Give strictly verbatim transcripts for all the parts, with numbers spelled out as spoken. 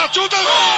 battuta!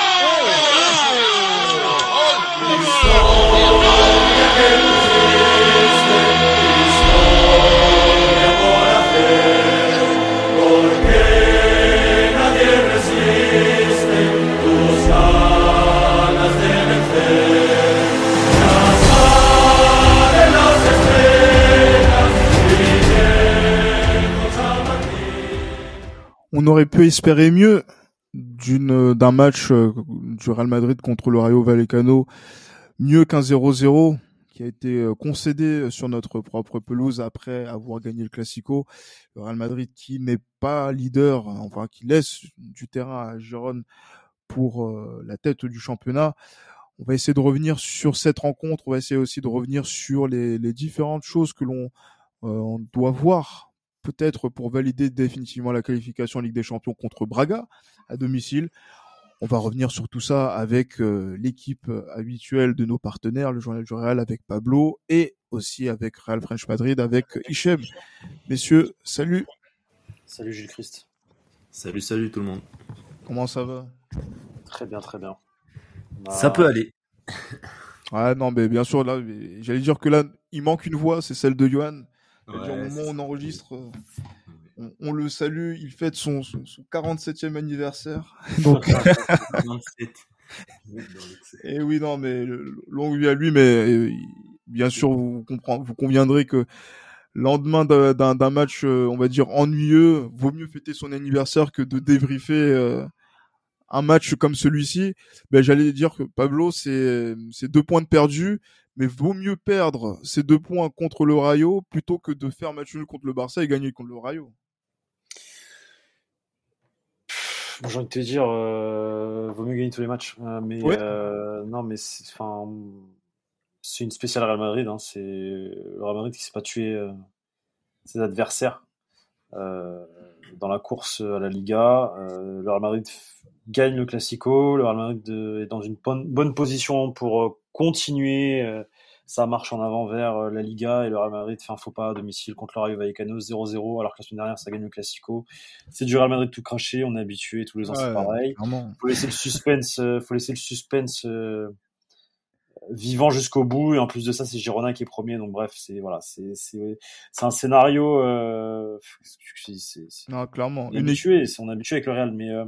On aurait pu espérer mieux d'une d'un match euh, du Real Madrid contre le Rayo Vallecano, mieux qu'un zéro zéro qui a été euh, concédé sur notre propre pelouse après avoir gagné le Classico. Le Real Madrid qui n'est pas leader, enfin qui laisse du terrain à Girone pour euh, la tête du championnat. On va essayer de revenir sur cette rencontre, on va essayer aussi de revenir sur les, les différentes choses que l'on euh, on doit voir peut-être pour valider définitivement la qualification en Ligue des Champions contre Braga à domicile. On va revenir sur tout ça avec euh, l'équipe habituelle de nos partenaires, le journal du Real avec Pablo et aussi avec Real French Madrid avec Hichem. Messieurs, salut. Salut Gilles Christ. Salut, salut tout le monde. Comment ça va? Très bien, très bien. Bah... Ça peut aller. Ah non, mais bien sûr, là, j'allais dire que là, il manque une voix, c'est celle de Johan. Ouais, au moment où on enregistre, on, on le salue, il fête son, son, son quarante-septième anniversaire. Donc... Et oui, non, mais longue vie à lui, mais bien sûr, vous, comprend, vous conviendrez que lendemain d'un, d'un, d'un match, on va dire, ennuyeux, vaut mieux fêter son anniversaire que de débriefer euh, un match comme celui-ci. Ben, j'allais dire que Pablo, c'est, c'est deux points de perdus. Mais vaut mieux perdre ces deux points contre le Rayo plutôt que de faire match nul contre le Barça et gagner contre le Rayo. Bon, j'ai envie de te dire, euh, vaut mieux gagner tous les matchs. Euh, mais ouais. euh, non, mais c'est, enfin, c'est une spéciale Real Madrid. Hein, c'est le Real Madrid qui ne s'est pas tué euh, ses adversaires euh, dans la course à la Liga. Euh, le Real Madrid gagne le Classico. Le Real Madrid est dans une bonne, bonne position pour euh, continuer euh, sa marche en avant vers euh, la Liga, et le Real Madrid fait un faux pas à domicile contre le Rayo Vallecano zéro zéro, alors que la semaine dernière ça gagne le Classico. C'est du Real Madrid tout craché, on est habitué, tous les ans ouais, c'est pareil. Clairement. Faut laisser le suspense, euh, faut laisser le suspense euh, vivant jusqu'au bout, et en plus de ça c'est Girona qui est premier, donc bref, c'est voilà, c'est c'est c'est un scénario euh, c'est, c'est, c'est, non, clairement. On est habitué, c'est, on est habitué avec le Real, mais euh,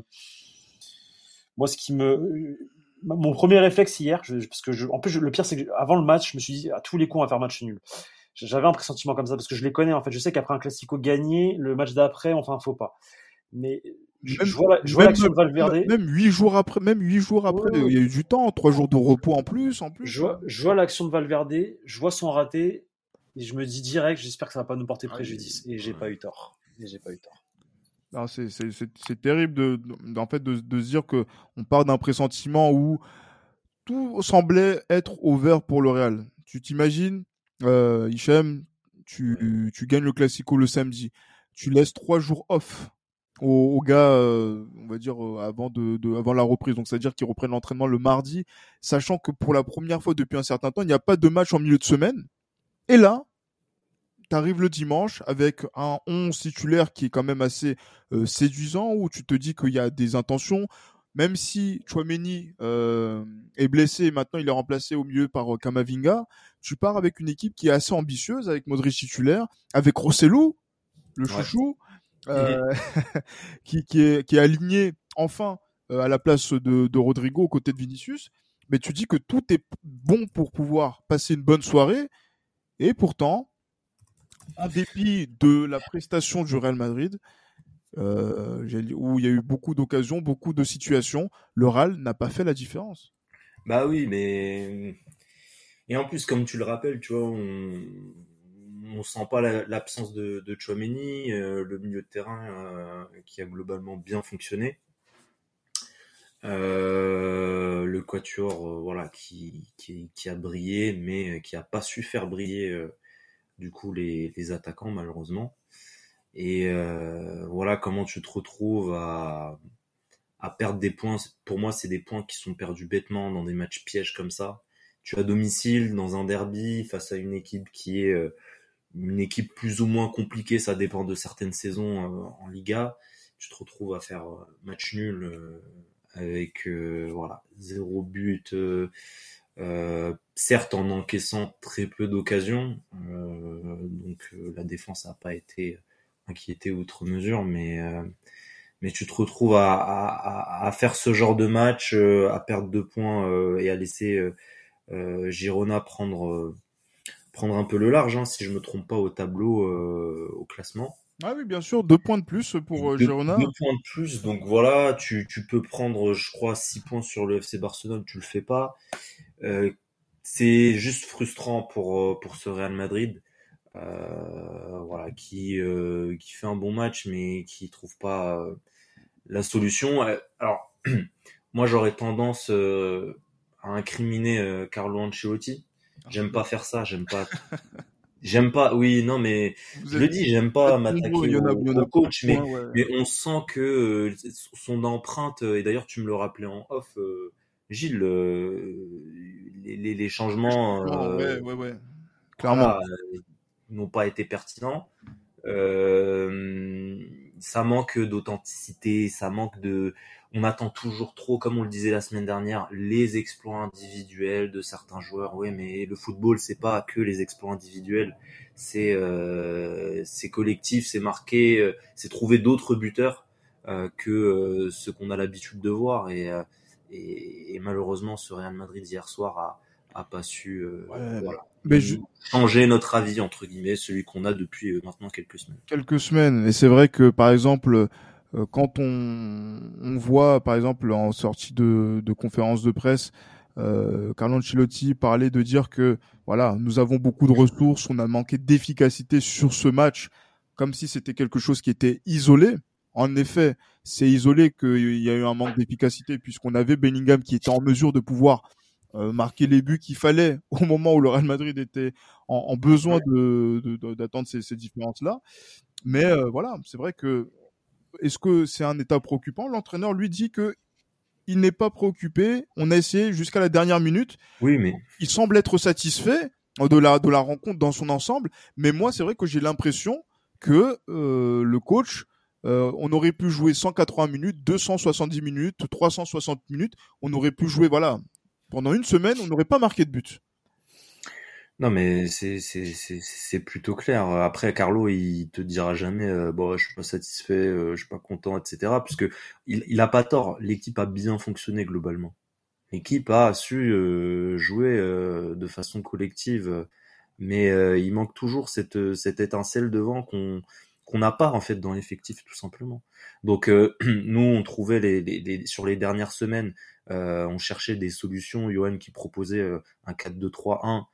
moi ce qui me Mon premier réflexe hier, je, parce que je, en plus je, le pire c'est que avant le match, je me suis dit à tous les coups on va faire match nul. J'avais un pressentiment comme ça parce que je les connais en fait. Je sais qu'après un Classico gagné, le match d'après on fait un faux pas. Mais je, même, je vois, la, je vois l'action de Valverde. Même huit jours après, même huit jours après, ouais, il y a eu du temps, trois jours de repos en plus, en plus. Je vois, je vois l'action de Valverde, je vois son raté et je me dis direct, j'espère que ça va pas nous porter préjudice. Et j'ai pas eu tort. Et j'ai pas eu tort. Non, c'est, c'est, c'est, c'est terrible de, de, en fait, de, de se dire que on part d'un pressentiment où tout semblait être au vert pour le Real. Tu t'imagines, euh, Hichem, tu, tu gagnes le Classico le samedi, tu laisses trois jours off aux, aux gars, euh, on va dire euh, avant de, de, avant la reprise. Donc, c'est-à-dire qu'ils reprennent l'entraînement le mardi, sachant que pour la première fois depuis un certain temps, il n'y a pas de match en milieu de semaine. Et là, t'arrives le dimanche avec un onze titulaire qui est quand même assez euh, séduisant, où tu te dis qu'il y a des intentions, même si Tchouaméni euh, est blessé et maintenant il est remplacé au milieu par euh, Camavinga, tu pars avec une équipe qui est assez ambitieuse, avec Modric titulaire, avec Rosselló, le ouais. chouchou, euh, qui, qui, est, qui est aligné enfin euh, à la place de, de Rodrigo aux côtés de Vinicius, mais tu dis que tout est bon pour pouvoir passer une bonne soirée, et pourtant, en dépit de la prestation du Real Madrid, euh, où il y a eu beaucoup d'occasions, beaucoup de situations, le Real n'a pas fait la différence. Bah oui, mais et en plus, comme tu le rappelles, tu vois, on on sent pas la, l'absence de, de Tchouaméni, euh, le milieu de terrain euh, qui a globalement bien fonctionné. Euh, le quatuor, euh, voilà, qui, qui qui a brillé, mais qui a pas su faire briller. Euh, du coup les, les attaquants malheureusement, et euh, voilà comment tu te retrouves à, à perdre des points. Pour moi c'est des points qui sont perdus bêtement dans des matchs pièges comme ça. Tu es à domicile dans un derby face à une équipe qui est euh, une équipe plus ou moins compliquée, ça dépend de certaines saisons euh, en Liga. Tu te retrouves à faire match nul euh, avec euh, voilà zéro but, euh, euh, certes en encaissant très peu d'occasions, euh, donc euh, la défense n'a pas été inquiétée outre mesure, mais euh, mais tu te retrouves à, à, à faire ce genre de match, euh, à perdre deux points euh, et à laisser euh, euh, Girona prendre euh, prendre un peu le large, hein, si je me trompe pas au tableau, euh, au classement. Ah oui, bien sûr, deux points de plus pour euh, Deux, Girona. deux points de plus, donc voilà, tu, tu peux prendre, je crois, six points sur le F C Barcelone, tu le fais pas. Euh, c'est juste frustrant pour euh, pour ce Real Madrid, euh, voilà, qui euh, qui fait un bon match, mais qui trouve pas euh, la solution. Euh, Alors, moi, j'aurais tendance euh, à incriminer euh, Carlo Ancelotti. J'aime pas faire ça, j'aime pas. J'aime pas, oui, non, mais Vous je êtes le dis, j'aime pas pas nombreux, m'attaquer il y en a, au, il y en au a coach, beaucoup, mais, hein, ouais. mais on sent que euh, son empreinte, euh, et d'ailleurs tu me le rappelais en off, euh, Gilles, euh, les, les, les changements, Non, euh, ouais, ouais, ouais, clairement. voilà, euh, n'ont pas été pertinents. Euh, ça manque d'authenticité, ça manque de. On attend toujours trop, comme on le disait la semaine dernière, les exploits individuels de certains joueurs. Oui, mais le football, c'est pas que les exploits individuels, c'est euh, c'est collectif, c'est marqué, euh, c'est trouver d'autres buteurs euh, que euh, ce qu'on a l'habitude de voir. Et, euh, et, et malheureusement, ce Real Madrid hier soir a a pas su, euh, Ouais, voilà, mais je, changer notre avis entre guillemets, celui qu'on a depuis euh, maintenant quelques semaines. quelques semaines. Et c'est vrai que, par exemple, euh, quand on, on voit, par exemple, en sortie de, de conférence de presse, euh, Carlo Ancelotti parler de dire que, voilà, nous avons beaucoup de ressources, on a manqué d'efficacité sur ce match, comme si c'était quelque chose qui était isolé. En effet, c'est isolé qu'il y a eu un manque d'efficacité, puisqu'on avait Bellingham qui était en mesure de pouvoir euh, marquer les buts qu'il fallait au moment où le Real Madrid était en, en besoin de, de, de, d'attendre ces, ces différences-là. Mais euh, voilà, c'est vrai que est-ce que c'est un état préoccupant? L'entraîneur lui dit que il n'est pas préoccupé. On a essayé jusqu'à la dernière minute. Oui, mais Il semble être satisfait de la de la rencontre dans son ensemble. Mais moi, c'est vrai que j'ai l'impression que euh, le coach, euh, on aurait pu jouer cent quatre-vingts minutes, deux cent soixante-dix minutes, trois cent soixante minutes. On aurait pu jouer, voilà, pendant une semaine, on n'aurait pas marqué de but. non, mais c'est c'est c'est c'est plutôt clair. Après, Carlo, il te dira jamais, euh, bon, je suis pas satisfait, euh, je suis pas content, et cetera. Puisque il il a pas tort. L'équipe a bien fonctionné globalement. L'équipe a su euh, jouer euh, de façon collective, mais euh, il manque toujours cette cette étincelle devant qu'on qu'on n'a pas en fait dans l'effectif tout simplement. Donc euh, nous, on trouvait les, les, les sur les dernières semaines, euh, on cherchait des solutions. Johan qui proposait euh, un quatre deux trois un.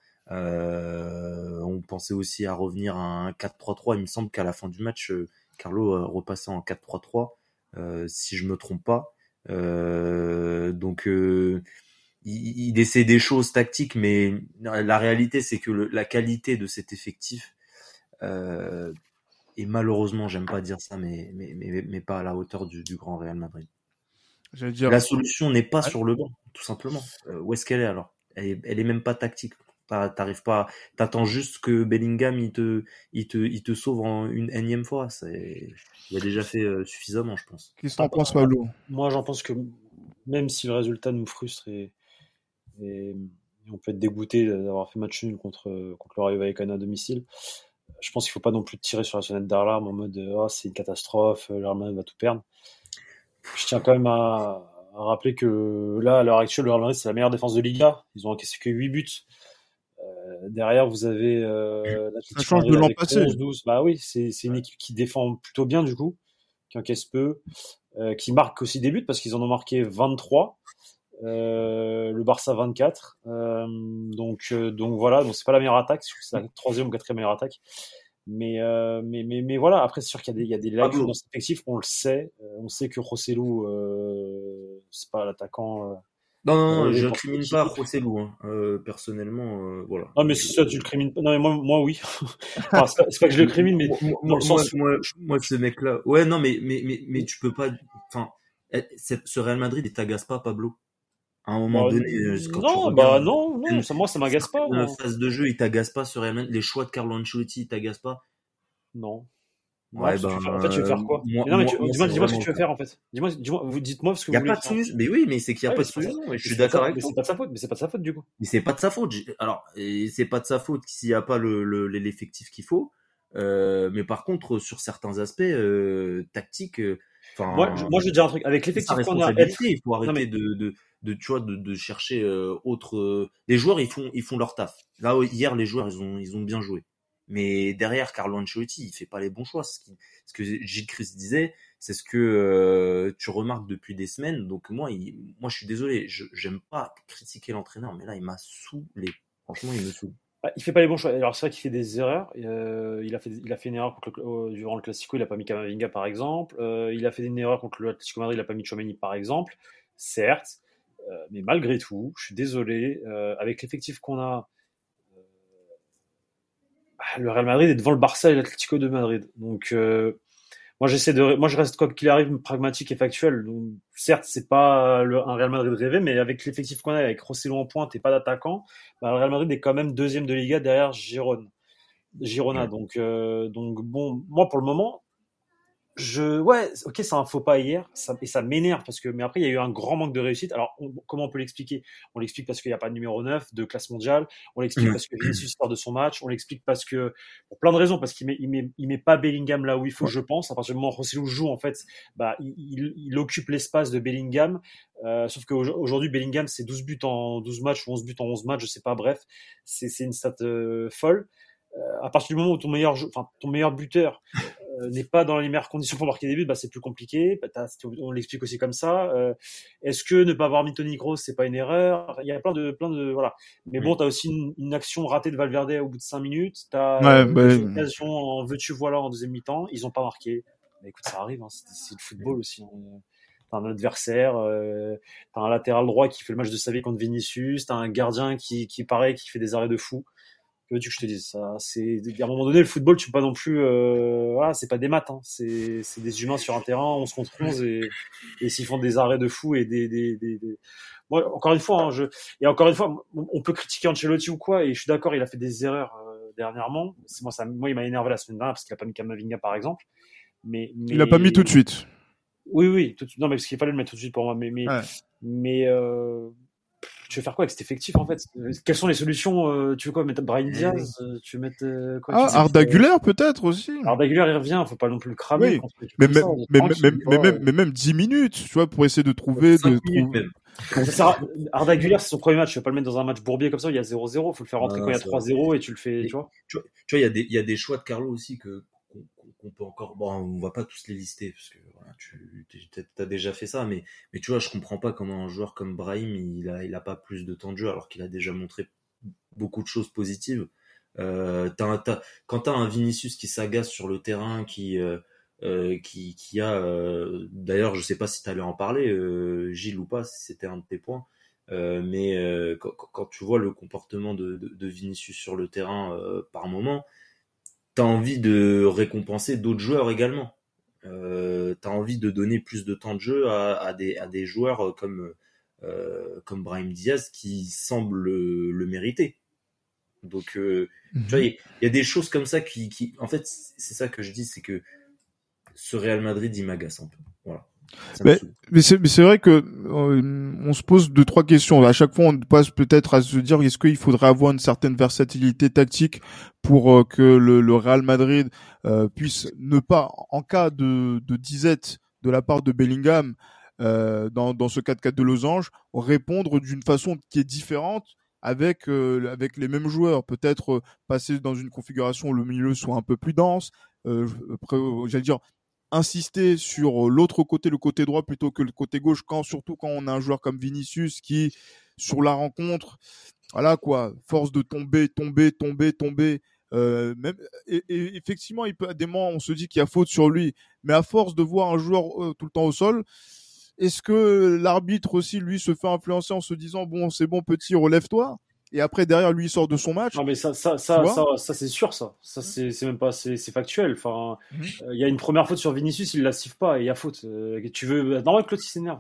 Euh, on pensait aussi à revenir à un quatre trois trois. Il me semble qu'à la fin du match, euh, Carlo euh, repassait en quatre trois trois, euh, si je me trompe pas. Euh, donc euh, il, il essaie des choses tactiques, mais la réalité c'est que le, la qualité de cet effectif euh, est malheureusement, j'aime pas dire ça, mais mais mais, mais pas à la hauteur du, du grand Real Madrid. J'allais dire, La solution n'est pas ouais, sur le banc, tout simplement. Euh, où est-ce qu'elle est alors? Elle est, elle est même pas tactique. T'arrives pas, t'attends juste que Bellingham il te, il te, il te sauve en une énième fois. C'est, il a déjà fait euh, suffisamment, je pense. qu'est-ce que t'en penses, Pablo? Moi, j'en pense que même si le résultat nous frustre et, et, et on peut être dégoûté d'avoir fait match nul contre, contre le Rayo Vallecano à domicile, je pense qu'il faut pas non plus tirer sur la sonnette d'alarme en mode oh, c'est une catastrophe, le Real Madrid va tout perdre. Je tiens quand même à, à rappeler que là, à l'heure actuelle, le Real Madrid c'est la meilleure défense de Liga. Ils ont encaissé que huit buts. Euh, derrière, vous avez euh, Ça change de l'an passé. onze douze. Bah oui, c'est, c'est une équipe qui défend plutôt bien du coup, qui encaisse peu, euh, qui marque aussi des buts parce qu'ils en ont marqué vingt-trois. Euh, le Barça vingt-quatre. Euh, donc, euh, donc voilà, donc c'est pas la meilleure attaque, c'est la troisième ou quatrième meilleure attaque. Mais, euh, mais, mais, mais voilà, après, c'est sûr qu'il y a des, il y a des lacunes dans cet effectif, on le sait. Euh, on sait que Joselu, euh, c'est pas l'attaquant. Euh, non, non, non, je incrimine pas Joselu, hein. Euh, personnellement, euh, voilà. Non, mais si ça, tu le crimines pas. Non, mais moi, moi oui. Enfin, c'est, pas, c'est pas que je le crimine, mais moi, dans moi, le sens. Moi, moi, moi, ce mec-là. Ouais, non, mais, mais, mais, mais tu peux pas. Enfin, ce Real Madrid, il t'agace pas, Pablo. À un moment bah, donné, quand non, tu regardes, bah non, non, ça, moi ça m'agace pas. La phase de jeu, il t'agace pas sur Real Madrid. Les choix de Carlo Ancelotti, il t'agace pas. Non. Ouais, Ouais, tu ben, veux faire- en fait, tu veux faire quoi? moi, Mais non, mais moi, tu- moi, dis-moi, c'est dis-moi ce que vraiment tu le veux cas. faire en fait. Dis-moi, dis-moi, vous dites-moi ce que Il vous n'y a voulez pas de faire. solution. Mais oui, mais c'est qu'il n'y a Ouais, pas mais de c'est pas ça. solution. Et je Mais suis c'est pas d'accord ça. avec Mais toi. c'est pas de sa faute. Mais c'est pas de sa faute du coup. Mais c'est pas de sa faute. J'ai- Alors, et c'est pas de sa faute s'il n'y a pas le, le- l'effectif qu'il faut. Euh, mais par contre, sur certains aspects euh, tactiques, euh, Moi, je, enfin, moi, je vais te dire un truc. Avec c'est sa l'effectif qu'on a, être. responsabilité. Il faut Non arrêter mais de, de, de, tu vois, de, de chercher euh, autre. euh, Les joueurs, ils font, ils font leur taf. Là, hier, les joueurs, ils ont, ils ont bien joué. Mais derrière, Carlo Ancelotti, il fait pas les bons choix. Ce, qui, ce que Gilles Christ disait, c'est ce que euh, tu remarques depuis des semaines. Donc moi, il, moi, je suis désolé. Je j'aime pas critiquer l'entraîneur, mais là, il m'a saoulé. Franchement, il me saoule. bah, il fait pas les bons choix. Alors c'est vrai qu'il fait des erreurs. Euh, il a fait, il a fait une erreur contre le, euh, durant le Classico. Il a pas mis Camavinga par exemple. Euh, il a fait une erreur contre le Atlético Madrid. Il a pas mis Tchouaméni par exemple. Certes, euh, mais malgré tout, je suis désolé. Euh, avec l'effectif qu'on a, bah, le Real Madrid est devant le Barça et l'Atlético de Madrid. Donc euh, moi j'essaie de, moi je reste quoi qu'il arrive pragmatique et factuel. Donc, certes, c'est pas le, un Real Madrid rêvé, mais avec l'effectif qu'on a, avec Rosselló en pointe et pas d'attaquant, bah, le Real Madrid est quand même deuxième de Liga derrière Girona. Girona. Ouais. Donc, euh, donc bon, moi pour le moment, je, ouais, ok, c'est un faux pas hier, ça, et ça m'énerve parce que, mais après il y a eu un grand manque de réussite. Alors on- comment on peut l'expliquer? On l'explique parce qu'il n'y a pas de numéro neuf de classe mondiale. On l'explique Ouais. parce que Vinicius sort de son match. On l'explique parce que pour plein de raisons, parce qu'il met, il met, il met pas Bellingham là où il faut, Ouais. je pense. À partir du moment où Rosselló joue, en fait, bah il, il, il occupe l'espace de Bellingham. Euh, sauf qu'aujourd'hui Bellingham c'est douze buts en douze matchs ou onze buts en onze matchs, je sais pas. Bref, c'est c'est une stat euh, folle. Euh, à partir du moment où ton meilleur, jou- enfin ton meilleur buteur euh, n'est pas dans les meilleures conditions pour marquer des buts, bah, c'est plus compliqué. Bah, t'as- on l'explique aussi comme ça. Euh, est-ce que ne pas avoir mis Toni Kroos, c'est pas une erreur? Il y a plein de, plein de, voilà. Mais bon, Mm. t'as aussi une, une action ratée de Valverde au bout de cinq minutes. T'as Ouais, euh, bah, des occasions en veux-tu voilà en deuxième mi-temps. Ils ont pas marqué. Mais écoute, ça arrive. Hein, c'est, c'est le football aussi. Hein. T'as un adversaire, euh, t'as un latéral droit qui fait le match de sa vie contre Vinicius, t'as un gardien qui, qui paraît, qui fait des arrêts de fou. Que veux-tu que je te dise? Ça, c'est à un moment donné, le football, tu peux pas non plus, euh, voilà, c'est pas des maths, hein. c'est, c'est des humains sur un terrain, onze contre onze, et, et s'ils font des arrêts de fou et des, des, des, des... Moi, encore une fois, hein, je, et encore une fois, on peut critiquer Ancelotti ou quoi, et je suis d'accord, il a fait des erreurs euh, dernièrement. C'est moi, ça, moi, il m'a énervé la semaine dernière parce qu'il a pas mis Camavinga par exemple, mais, mais il a pas mis tout de suite. oui, oui, tout, non, mais parce qu'il fallait le mettre tout de suite pour moi, mais, mais, Ouais. mais. Euh... Tu veux faire quoi avec cet effectif en fait? Quelles sont les solutions? euh, Tu veux quoi? Mettre Brahim Diaz? euh, Tu veux mettre euh, quoi? Ah, Tu sais, Arda Güler peut-être aussi. Arda Güler il revient, faut pas non plus le cramer. Oui, contre des trucs mais comme même, ça, mais, tranquille, mais, mais, pas, même, euh, mais même dix minutes, tu vois, pour essayer de trouver, de cinq minutes trouver. même. ça sert à- Arda Güler, c'est son premier match. Tu vas pas le mettre dans un match bourbier comme ça, où il y a zéro zéro. Faut le faire rentrer Non, quand il y a c'est trois vrai. zéro et tu le fais, Mais tu vois. tu vois, tu vois, il y a des, il y a des choix de Carlo aussi que qu'on qu'on- qu'on peut encore. Bon, on va pas tous les lister parce que voilà, tu as déjà fait ça, mais mais tu vois, je comprends pas comment un joueur comme Brahim, il a il a pas plus de temps de jeu alors qu'il a déjà montré beaucoup de choses positives. Euh, t'as un- t'as- quand t'as un Vinicius qui s'agace sur le terrain, qui euh, euh, qui qui a euh, d'ailleurs, je sais pas si t'allais en parler, euh, Gilles ou pas, si c'était un de tes points. Euh, mais euh, quand, quand tu vois le comportement de, de, de Vinicius sur le terrain euh, par moment, t'as envie de récompenser d'autres joueurs également. Euh, t'as envie de donner plus de temps de jeu à, à des à des joueurs comme euh, comme Brahim Diaz qui semblent le, le mériter. Donc, euh, Mhm. tu vois, il y, y a des choses comme ça qui, qui en fait, c'est ça que je dis, c'est que ce Real Madrid, il m'agace un peu. Voilà. Ça me Mais, saoule. mais c'est, mais c'est vrai que euh, on se pose deux trois questions. À chaque fois, on passe peut-être à se dire est-ce qu'il faudrait avoir une certaine versatilité tactique pour euh, que le, le Real Madrid euh, puisse ne pas, en cas de, de disette de la part de Bellingham euh, dans, dans ce quatre quatre de losange, répondre d'une façon qui est différente avec euh, avec les mêmes joueurs. Peut-être euh, passer dans une configuration où le milieu soit un peu plus dense. Euh, j'allais dire insister sur l'autre côté, le côté droit plutôt que le côté gauche, quand surtout quand on a un joueur comme Vinicius qui, sur la rencontre, voilà quoi, force de tomber, tomber, tomber, tomber. Euh, même et, et effectivement, il peut à des moments, on se dit qu'il y a faute sur lui, mais à force de voir un joueur euh, tout le temps au sol, est-ce que l'arbitre aussi lui se fait influencer en se disant bon, c'est bon petit, relève-toi, et après derrière lui il sort de son match. Non mais ça, ça, Tu ça, vois ça, ça c'est sûr, ça. Ça c'est, c'est même pas, c'est, c'est factuel. Enfin, Mhm. il y a une première faute sur Vinicius, il la siffle pas et il y a faute. Euh, tu veux, normal que l'autre il s'énerve.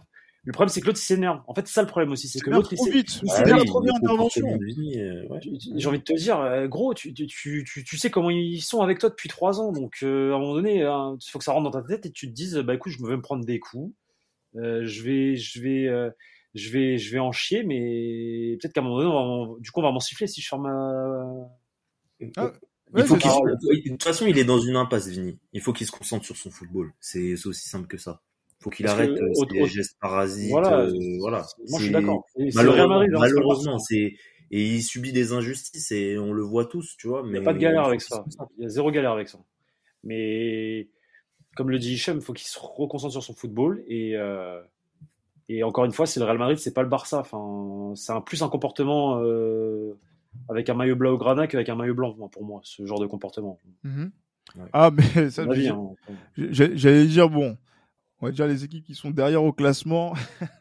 Le problème, c'est que l'autre, il s'énerve. En fait, c'est ça le problème aussi. C'est que l'autre, il, trop vite. il Ah s'énerve oui, trop première vite. intervention. Euh, ouais. J'ai envie de te dire, euh, gros, tu, tu, tu, tu, tu sais comment ils sont avec toi depuis trois ans. Donc, euh, à un moment donné, il hein, faut que ça rentre dans ta tête et tu te dises, bah écoute, je vais me prendre des coups. Euh, je vais, je vais, euh, je vais, je vais en chier, mais peut-être qu'à un moment donné, on va, du coup, on va m'en siffler si je ferme ma. Ah, il ouais, faut c'est qu'il ça. se- de toute façon, il est dans une impasse, Vini. Il faut qu'il se concentre sur son football. C'est c'est aussi simple que ça. Il faut qu'il Parce arrête que, euh, au- ses au- gestes parasites. Voilà. euh, voilà. Moi, je suis C'est- d'accord. Et c'est le Malheureusement, Real Madrid, hein, c'est pas le malheureusement, Barça. c'est et il subit des injustices et on le voit tous, tu vois. Il n'y Mais a pas de galère il faut avec qu'il se ça. concentre. Il y a zéro galère avec ça. Mais comme le dit Hichem, il faut qu'il se reconcentre sur son football. Et, euh, et encore une fois, c'est le Real Madrid, c'est pas le Barça. Enfin, c'est un, plus un comportement euh, avec un maillot blanc au granat qu'avec un maillot blanc, moi, pour moi, ce genre de comportement. Mhm. Ouais. Ah, mais ça, Ma vie, j'ai- hein. j'ai- j'allais dire, bon, on va dire les équipes qui sont derrière au classement.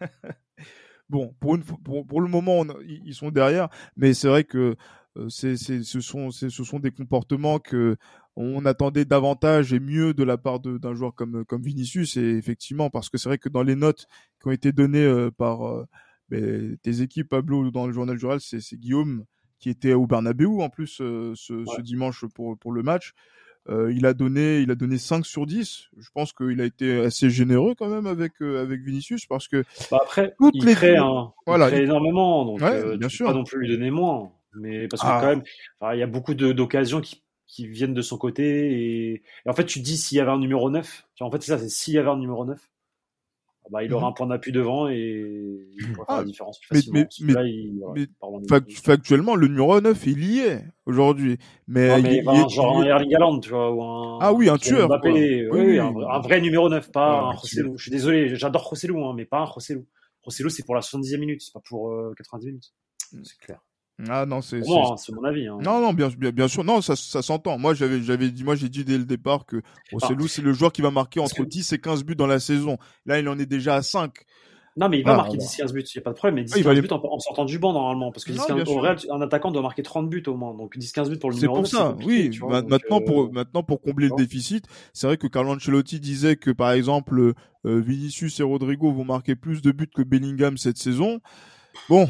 Bon, pour, une, fois- pour, pour le moment, on a- ils ils sont derrière, mais c'est vrai que euh, c'est, c'est, ce, sont, c'est, ce sont des comportements que on attendait davantage et mieux de la part de, d'un joueur comme, comme Vinicius, et effectivement, parce que c'est vrai que dans les notes qui ont été données euh, par euh, ben, tes équipes, Pablo, dans le journal du Real, c'est, c'est Guillaume qui était au Bernabéu en plus euh, ce, Ouais. ce dimanche pour, pour le match. Euh, il a donné, il a donné cinq sur dix. Je pense qu'il a été assez généreux quand même avec avec euh, Vinicius parce que bah après, toutes il les crée, hein, voilà, il crée il... énormément, donc ouais, euh, bien tu sûr. peux pas non plus lui donner moins. Mais parce que ah. quand même, enfin, il y a beaucoup de, d'occasions qui, qui viennent de son côté. Et, et en fait, tu te dis s'il y avait un numéro neuf, tu vois, en fait, c'est ça, c'est s'il y avait un numéro neuf, bah, il aurait mm-hmm. un point d'appui devant et il pourrait ah, faire la différence plus mais, facilement. mais, mais, là, il, voilà, mais fact, factuellement, le numéro neuf, il y est aujourd'hui. Mais, non, mais il, ben, il, genre il... un Erling Haaland, tu vois, ou un, ah oui, un tueur, Mbappé, quoi. oui, oui, oui, un, un vrai numéro neuf, pas voilà, un Rosselló. Je suis désolé, j'adore Rosselló, hein, mais pas un Rosselló. Rosselló, c'est pour la soixante-dixième minute, c'est pas pour euh, quatre-vingt-dix minutes. C'est clair. Ah non, c'est pour moi, hein, c'est mon avis. Hein. Non, non, bien, bien, bien sûr, non, ça, ça s'entend. Moi, j'avais, j'avais dit, moi, j'ai dit dès le départ que Rosselló, ah, c'est le joueur qui va marquer entre que... dix et quinze buts dans la saison. Là, il en est déjà à cinq. Non, mais il va ah, marquer dix quinze buts, il n'y a pas de problème. Mais dix quinze ah, buts aller... en, en sortant du banc, normalement. Parce que dix quinze, au Real, un attaquant doit marquer trente buts au moins. Donc dix quinze buts pour le numéro neuf. C'est pour ça, oui. Tu vois, maintenant, donc, pour, euh... maintenant, pour combler le déficit, c'est vrai que Carlo Ancelotti disait que, par exemple, euh, Vinicius et Rodrigo vont marquer plus de buts que Bellingham cette saison. Bon.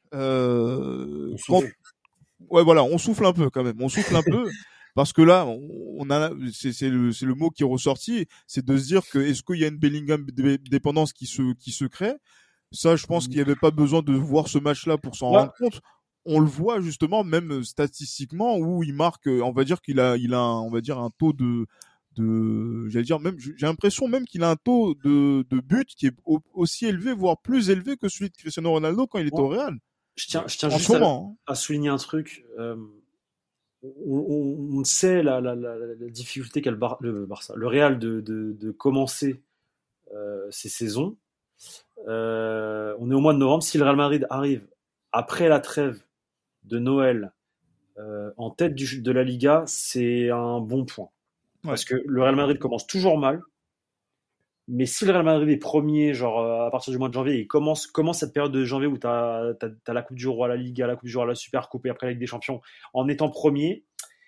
Euh, quand... Ouais, voilà, on souffle un peu quand même. On souffle un peu. Parce que là, on a, c'est, c'est le, c'est le mot qui est ressorti, c'est de se dire que est-ce qu'il y a une Bellingham dépendance qui se, qui se crée? Ça, je pense qu'il n'y avait pas besoin de voir ce match-là pour s'en ouais. rendre compte. On le voit justement, même statistiquement, où il marque, on va dire qu'il a, il a, un, on va dire un taux de, de, j'allais dire même, j'ai l'impression même qu'il a un taux de, de but qui est aussi élevé, voire plus élevé que celui de Cristiano Ronaldo quand il était ouais. au Real. Je tiens, je tiens juste moment, à, à souligner un truc. Euh... On, on, on sait la, la, la, la difficulté qu'a le, Bar, le Barça, le Real de, de, de commencer euh, ces saisons. Euh, on est au mois de novembre. Si le Real Madrid arrive après la trêve de Noël euh, en tête du, de la Liga, c'est un bon point. Ouais. Parce que le Real Madrid commence toujours mal. Mais si le Real Madrid est premier, genre à partir du mois de janvier, il commence, commence cette période de janvier où tu as la Coupe du Roi, la Liga, la Coupe du Roi, la Super Coupe et après la Ligue des Champions, en étant premier,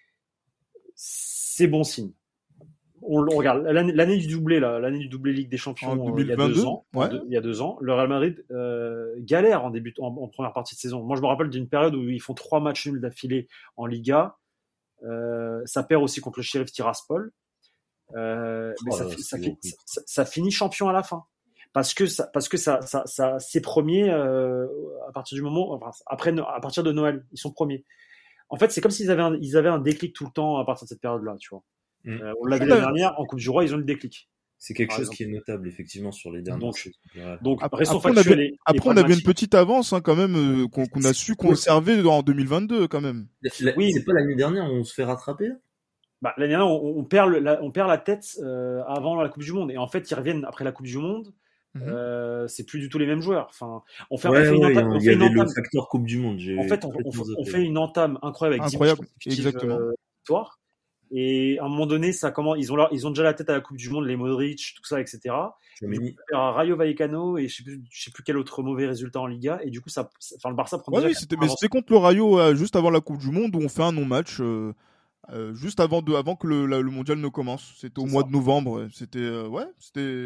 c'est bon signe. On, on regarde l'année, l'année du doublé, là, l'année du doublé Ligue des Champions, en deux mille vingt-deux, euh, il y a deux ans, ouais. deux, il y a deux ans, le Real Madrid euh, galère en début, en, en première partie de saison. Moi, je me rappelle d'une période où ils font trois matchs nuls d'affilée en Liga. Euh, ça perd aussi contre le Sheriff Tiraspol. Euh, mais oh ça, là, ça, ça, ça, ça finit champion à la fin parce que ça, parce que ça, ça, ça c'est premier euh, à partir du moment, enfin, après à partir de Noël, ils sont premiers. En fait, c'est comme s'ils avaient un, ils avaient un déclic tout le temps à partir de cette période-là, tu vois. Mmh. Euh, on l'a vu l'année dernière en Coupe du Roi, ils ont le déclic. C'est quelque chose exemple. qui est notable effectivement sur les derniers. Donc, donc après, après, on avait, après on avait une petite avance hein, quand même euh, qu'on, qu'on a su conserver en deux mille vingt-deux quand même. La, oui, c'est pas l'année dernière où on se fait rattraper. Bah, l'année dernière, on, on, perd le, la, on perd la tête euh, avant la Coupe du Monde. Et en fait, ils reviennent après la Coupe du Monde. Mm-hmm. Euh, c'est plus du tout les mêmes joueurs. Enfin, on fait, ouais, on fait une ouais, entame. Il y, y avait le facteur Coupe du Monde. En fait, on, on, on fait une entame incroyable avec incroyable, exactement. Euh, victoire. Et à un moment donné, ça comment ils ont leur, ils ont déjà la tête à la Coupe du Monde, les Modric, tout ça, et cetera. Ils faire un Rayo Vallecano et je sais plus, je sais plus quel autre mauvais résultat en Liga. Et du coup, ça, enfin, le Barça prend. Ouais, oui, c'était, mais c'était contre le Rayo euh, juste avant la Coupe du Monde où on fait un non-match. Euh... Euh, juste avant de, avant que le, la, le mondial ne commence, c'était au c'est mois ça. de novembre. C'était, euh, ouais, c'était.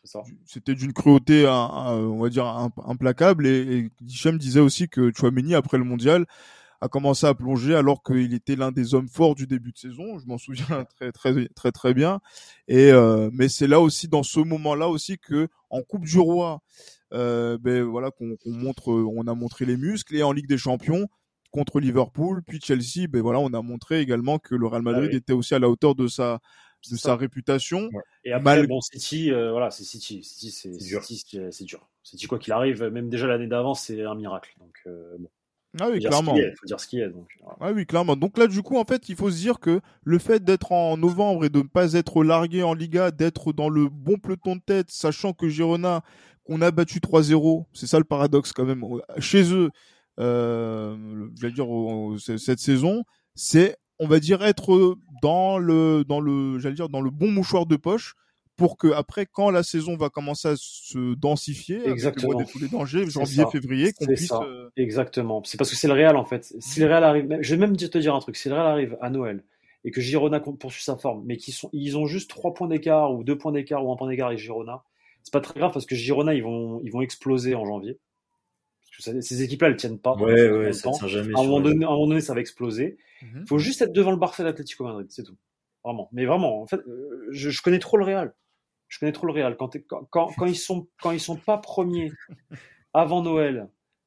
Ça. C'était d'une cruauté, un, un, on va dire, un, implacable. Et, et Hicham disait aussi que Tchouaméni, après le mondial, a commencé à plonger alors qu'il était l'un des hommes forts du début de saison. Je m'en souviens très, très, très, très bien. Et, euh, mais c'est là aussi, dans ce moment-là aussi, que, en Coupe du Roi, euh, ben voilà, qu'on, qu'on montre, on a montré les muscles, et en Ligue des Champions, contre Liverpool, puis Chelsea, ben voilà, on a montré également que le Real Madrid ah oui. était aussi à la hauteur de sa, de sa réputation. Ouais. Et après, Mal... bon, City, euh, voilà, c'est City. City, c'est, c'est, dur. City, c'est, c'est dur. City, quoi qu'il arrive, même déjà l'année d'avant, c'est un miracle. Donc, euh, bon. Ah oui, faut clairement. Il faut dire ce qu'il y a. Donc, voilà. Ah oui, clairement. Donc là, du coup, en fait, il faut se dire que le fait d'être en novembre et de ne pas être largué en Liga, d'être dans le bon peloton de tête, sachant que Girona, qu'on a battu trois zéro, c'est ça le paradoxe quand même, chez eux, euh, je vais dire, cette saison, c'est, on va dire, être dans le, dans le, j'allais dire, dans le bon mouchoir de poche, pour que après, quand la saison va commencer à se densifier, exactement, avec le tous les dangers, janvier, février, qu'on c'est puisse. Ça. Euh... Exactement. C'est parce que c'est le Real en fait. Si le Real arrive, je vais même te dire un truc, si le Real arrive à Noël et que Girona poursuit sa forme, mais qu'ils sont, ils ont juste trois points d'écart ou deux points d'écart ou un point d'écart avec Girona, c'est pas très grave parce que Girona ils vont, ils vont exploser en janvier. Parce que ça, ces équipes-là elles tiennent pas. Ouais, ouais, ça tient jamais. À un moment donné, à un moment donné, ça va exploser. Il mm-hmm. faut juste être devant le Barça et l'Atlético Madrid, c'est tout. Vraiment. Mais vraiment, en fait, je, je connais trop le Real. Je connais trop le Real. Quand, quand, quand, quand ils sont quand ils sont pas premiers avant Noël,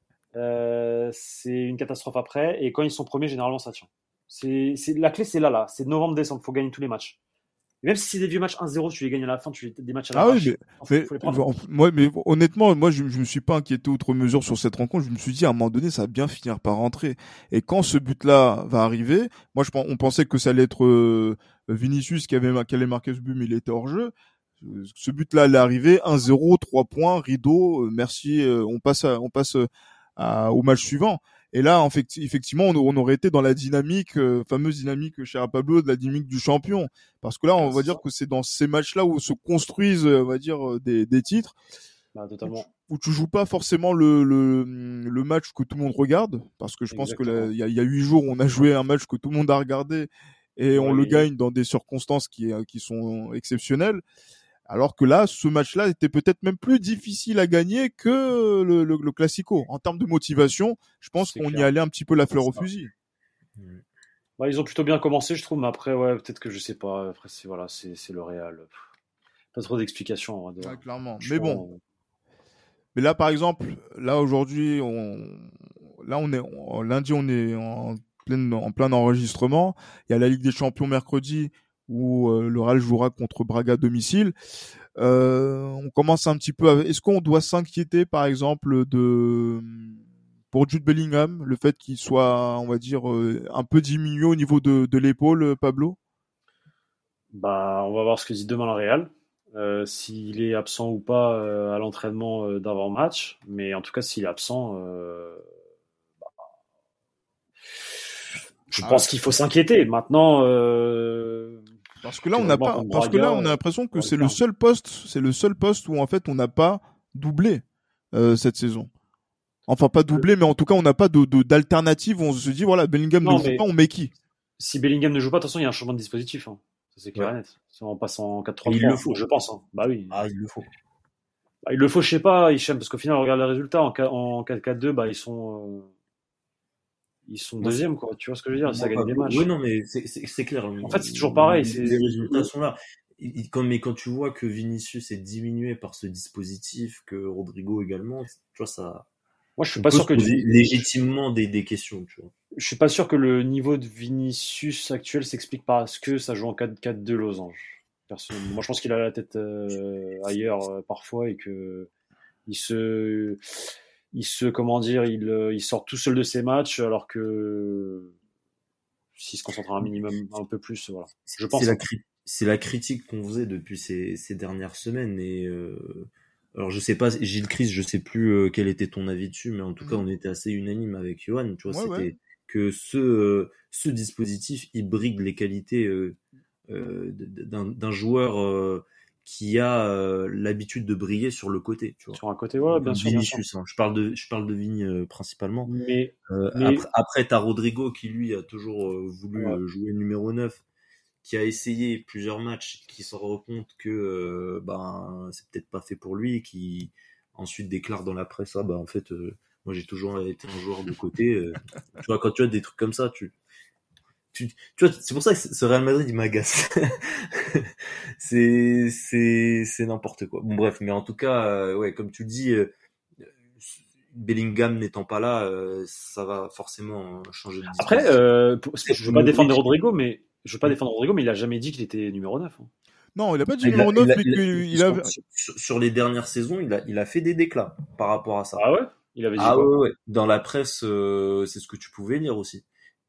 euh, c'est une catastrophe après. Et quand ils sont premiers, généralement ça tient. C'est, c'est la clé, c'est là là. C'est novembre-décembre. Faut gagner tous les matchs. Et même si c'est des vieux matchs un zéro, tu les gagnes à la fin. Tu les, des matchs à la ah fin. Oui, mais, faut, mais, faut les prendre. Moi, mais honnêtement, moi je, je me suis pas inquiété outre mesure sur cette rencontre. Je me suis dit à un moment donné, ça va bien finir par rentrer. Et quand ce but-là va arriver, moi je on pensait que ça allait être euh, Vinicius qui avait qui allait marquer ce but, mais il était hors jeu. Ce but-là allait arriver, un zéro, trois points, rideau, euh, merci, euh, on passe, à, on passe à, au match suivant. Et là, en fait, effectivement, on, on aurait été dans la dynamique, euh, fameuse dynamique, cher Pablo, de la dynamique du champion. Parce que là, on va dire que c'est dans ces matchs-là où se construisent, on va dire, des, des titres. Bah, totalement. Où, où tu joues pas forcément le, le, le match que tout le monde regarde. Parce que je pense qu'il y a, y a huit jours, on a joué un match que tout le monde a regardé et ouais, on le oui. gagne dans des circonstances qui, qui sont exceptionnelles. Alors que là, ce match-là était peut-être même plus difficile à gagner que le, le, le Classico. En termes de motivation, je pense c'est qu'on clair. y allait un petit peu la fleur au fusil. Bah, ils ont plutôt bien commencé, je trouve, mais après, ouais, peut-être que je sais pas. Après, c'est, voilà, c'est, c'est le Real. Pas trop d'explications. De... Ouais, clairement. Mais bon. Euh... Mais là, par exemple, là, aujourd'hui, on, là, on est, on... lundi, on est en plein, en plein enregistrement. Il y a la Ligue des Champions mercredi, où euh, le Real jouera contre Braga à domicile. Euh, on commence un petit peu à... Est-ce qu'on doit s'inquiéter, par exemple, de pour Jude Bellingham, le fait qu'il soit, on va dire, euh, un peu diminué au niveau de, de l'épaule, Pablo? Bah, on va voir ce que dit demain le Real. Euh, s'il est absent ou pas euh, à l'entraînement euh, d'avant-match. Mais en tout cas, s'il est absent... Euh... Bah... Je ah, pense ouais. qu'il faut s'inquiéter. Maintenant... Euh... Parce que là, on n'a pas, parce que là, on a l'impression que c'est le seul poste, c'est le seul poste où en fait on n'a pas doublé euh, cette saison. Enfin, pas doublé, mais en tout cas, on n'a pas de, de d'alternative où on se dit voilà, Bellingham non, ne joue pas, on met qui? Si Bellingham ne joue pas, de toute façon, il y a un changement de dispositif. Hein. Ça c'est clair et net. Si on passe en quatre trois trois, il le faut, je pense. Hein. Bah oui. Ah, il le faut. Bah, il le faut, je sais pas, Hicham, parce qu'au final, on regarde les résultats en quatre quatre deux, bah ils sont. Euh... Ils sont deuxièmes, quoi. Tu vois ce que je veux dire? Ça gagne des matchs. Oui, non, mais c'est, c'est, c'est clair. En fait, c'est toujours pareil. Les, c'est... les résultats sont là. Quand, mais quand tu vois que Vinicius est diminué par ce dispositif, que Rodrigo également, tu vois, ça. Moi, je suis pas sûr que. Légitimement des, des questions, tu vois. Je suis pas sûr que le niveau de Vinicius actuel s'explique parce que ça joue en quatre quatre deux losange. Personnellement. Moi, je pense qu'il a la tête euh, ailleurs euh, parfois et que il se. Il se, comment dire, il, il sort tout seul de ses matchs, alors que s'il se concentre un minimum, un peu plus, voilà. Je pense. C'est la, cri- c'est la critique qu'on faisait depuis ces, ces dernières semaines. Et euh, alors, je sais pas, Gilles Christ, je sais plus euh, quel était ton avis dessus, mais en tout mmh. cas, on était assez unanime avec Johan. Tu vois, ouais, c'était ouais. que ce, euh, ce dispositif, il brigue les qualités euh, euh, d'un, d'un joueur. Euh, qui a euh, l'habitude de briller sur le côté, tu vois. Sur un côté, ouais, bien sûr. Vinicius, hein. Je parle de, je parle de Vigne euh, principalement. Mais, euh, mais... Après, après, t'as Rodrigo qui lui a toujours euh, voulu ouais. euh, jouer numéro neuf, qui a essayé plusieurs matchs, qui se rend compte que euh, ben c'est peut-être pas fait pour lui, qui ensuite déclare dans la presse ah bah en fait euh, moi j'ai toujours été un joueur de côté. Euh, tu vois, quand tu as des trucs comme ça, tu tu, tu vois, c'est pour ça que ce Real Madrid il m'agace. c'est c'est c'est n'importe quoi. Bon bref, mais en tout cas euh, ouais, comme tu dis, euh, Bellingham n'étant pas là, euh, ça va forcément changer de disposition. Après, euh, pour, je veux pas défendre Rodrigo, mais je veux pas défendre Rodrigo, mais il a jamais dit qu'il était numéro neuf. Hein. Non, il a pas dit il numéro a, neuf, il a, mais qu'il a... Sur, sur, sur les dernières saisons, il a, il a fait des déclats par rapport à ça. Ah ouais? Il avait dit ah quoi? ouais, ouais. Dans la presse, euh, c'est ce que tu pouvais lire aussi.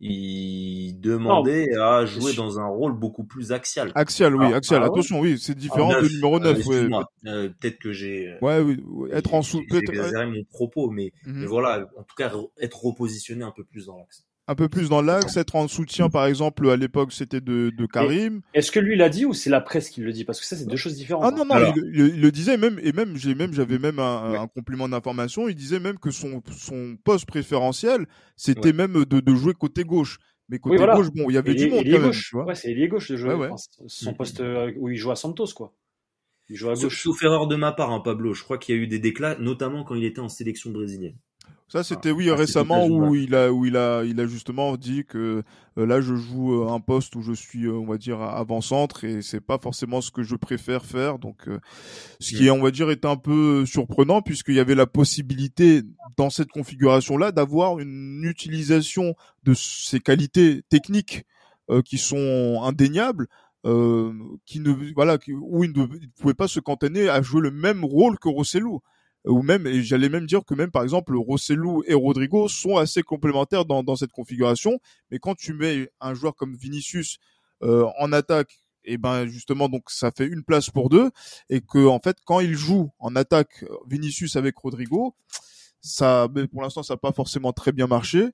Il demandait non, à jouer dans un rôle beaucoup plus axial. Axial, oui, Alors, axial. Ah, Attention, ouais. oui, c'est différent ah, neuf, de numéro neuf. Euh, excuse-moi, ouais. euh, peut-être que j'ai. Ouais, oui, oui. Être en sous. J'ai exagéré mon propos, mais, mm-hmm. mais voilà, en tout cas, être repositionné un peu plus dans l'axe. Un peu plus dans l'axe, être en soutien, par exemple, à l'époque, c'était de, de Karim. Et est-ce que lui l'a dit ou c'est la presse qui le dit? Parce que ça, c'est deux choses différentes. Ah non, non, Alors, il, il, il le disait même, et même, j'ai même, j'avais même un, ouais. un complément d'information. Il disait même que son, son poste préférentiel, c'était ouais. même de, de jouer côté gauche. Mais côté oui, voilà. gauche, bon, il y avait et, du monde quand même, tu vois. Ouais, c'est ailier gauche de jouer. Ouais, ouais. Enfin, son poste euh, où il joue à Santos, quoi. Il joue à gauche. Sauf, sauf erreur de ma part, hein, Pablo. Je crois qu'il y a eu des déclats, notamment quand il était en sélection brésilienne. Ça c'était ah, oui ah, récemment où il a où il a il a justement dit que euh, là je joue euh, un poste où je suis euh, on va dire avant-centre et c'est pas forcément ce que je préfère faire donc euh, ce qui est on va dire est un peu surprenant puisqu'il y avait la possibilité dans cette configuration là d'avoir une utilisation de ses qualités techniques euh, qui sont indéniables euh, qui ne voilà qui, où il ne, il ne pouvait pas se cantonner à jouer le même rôle que Rosselló. Ou même, et j'allais même dire que même par exemple Rosselló et Rodrigo sont assez complémentaires dans, dans cette configuration, mais quand tu mets un joueur comme Vinicius euh, en attaque, et ben justement donc ça fait une place pour deux, et que en fait quand il joue en attaque Vinicius avec Rodrigo, ça, pour l'instant ça n'a pas forcément très bien marché.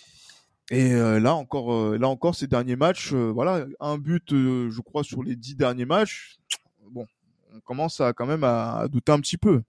Et euh, là encore, euh, là encore ces derniers matchs, euh, voilà un but, euh, je crois sur les dix derniers matchs. Bon, on commence à quand même à, à douter un petit peu.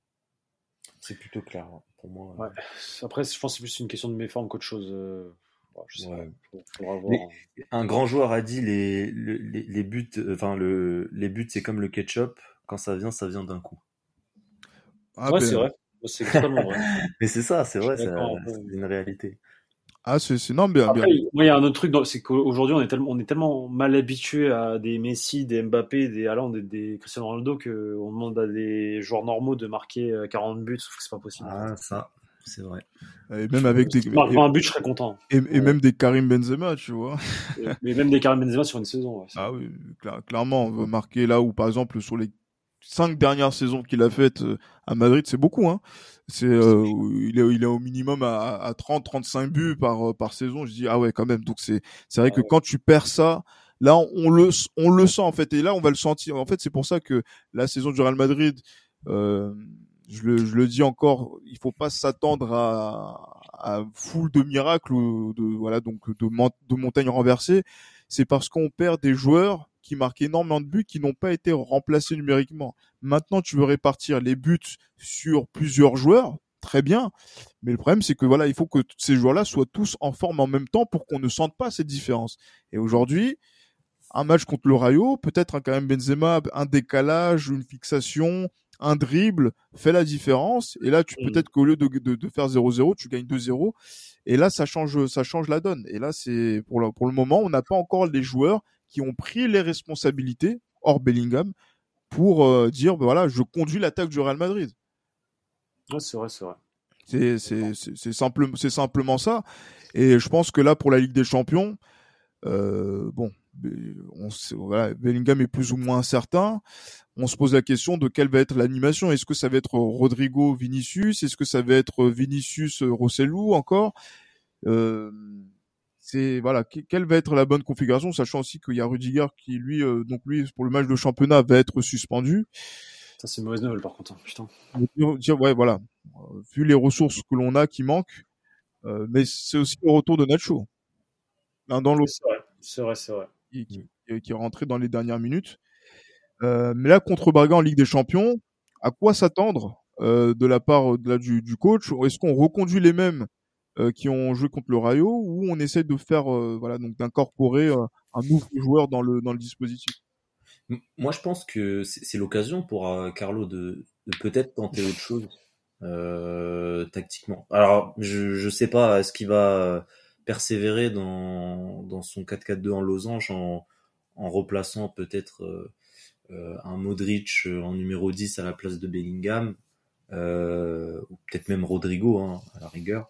C'est plutôt clair pour moi. Ouais. Après, je pense que c'est plus une question de méforme qu'autre chose. Euh... Ouais, je sais ouais. pas. Faudra voir. Mais un grand joueur a dit les, les, les buts, enfin le, les buts c'est comme le ketchup, quand ça vient, ça vient d'un coup. Ah, ouais, ben... c'est vrai. C'est totalement vrai. Mais c'est ça, c'est vrai, c'est, c'est une réalité. Ah, c'est, c'est non, bien, Après, bien. Moi, il y a un autre truc, dans, c'est qu'aujourd'hui, on est tellement, on est tellement mal habitué à des Messi, des Mbappé, des Haaland, des, des Cristiano Ronaldo qu'on demande à des joueurs normaux de marquer quarante buts, sauf que c'est pas possible. Ah, ça, c'est vrai. Et même avec des. Si tu marques pas un but, je serais content. Et, et ouais. même des Karim Benzema, tu vois. Et, mais même des Karim Benzema sur une saison. Ouais, ah oui, cl- clairement, on veut marquer là où, par exemple, sur les cinq dernières saisons qu'il a faites à Madrid, c'est beaucoup, hein. C'est, euh, il est, il est au minimum à, à trente, trente-cinq buts par, par saison. Je dis, ah ouais, quand même. Donc c'est, c'est vrai ah que ouais. quand tu perds ça, là, on le, on le sent, en fait. Et là, on va le sentir. En fait, c'est pour ça que la saison du Real Madrid, euh, je le, je le dis encore, il faut pas s'attendre à, à foule de miracles ou de, voilà, donc, de, de montagnes renversées. C'est parce qu'on perd des joueurs qui marquent énormément de buts, qui n'ont pas été remplacés numériquement. Maintenant, tu veux répartir les buts sur plusieurs joueurs, très bien. Mais le problème, c'est que voilà, il faut que ces joueurs-là soient tous en forme en même temps pour qu'on ne sente pas cette différence. Et aujourd'hui, un match contre le Rayo, peut-être un quand même Benzema, un décalage, une fixation, un dribble fait la différence. Et là, tu mmh. peut-être qu'au lieu de, de, de faire zéro zéro, tu gagnes deux zéro. Et là, ça change, ça change la donne. Et là, c'est pour le, pour le moment, on n'a pas encore les joueurs qui ont pris les responsabilités, hors Bellingham, pour euh, dire, ben voilà, je conduis l'attaque du Real Madrid. Ouais, c'est vrai, c'est vrai. C'est, c'est, c'est, c'est, simple, c'est simplement ça. Et je pense que là, pour la Ligue des Champions, euh, bon, on sait, voilà, Bellingham est plus ou moins incertain. On se pose la question de quelle va être l'animation. Est-ce que ça va être Rodrigo, Vinicius? Est-ce que ça va être Vinicius, Rosselló encore? euh, C'est voilà, quelle va être la bonne configuration, sachant aussi qu'il y a Rudiger qui lui, euh, donc lui pour le match de championnat va être suspendu. Ça c'est une mauvaise nouvelle par contre, putain. Dire ouais voilà, vu les ressources que l'on a qui manquent, euh, mais c'est aussi le retour de Nacho. L'un dans l'autre. C'est vrai, c'est vrai, c'est vrai. Qui, qui, qui est rentré dans les dernières minutes. Euh, mais là contre Braga en Ligue des Champions, à quoi s'attendre euh, de la part de la, du, du coach? Est-ce qu'on reconduit les mêmes euh, qui ont joué contre le Rayo, où on essaie de faire, euh, voilà, donc d'incorporer euh, un nouveau joueur dans le dans le dispositif. Moi, je pense que c'est, c'est l'occasion pour euh, Carlo de, de peut-être tenter autre chose euh, tactiquement. Alors, je je sais pas, est-ce qu'il va persévérer dans dans son quatre quatre deux en losange en en replaçant peut-être euh, euh, un Modric en numéro dix à la place de Bellingham, euh, ou peut-être même Rodrigo, hein, à la rigueur.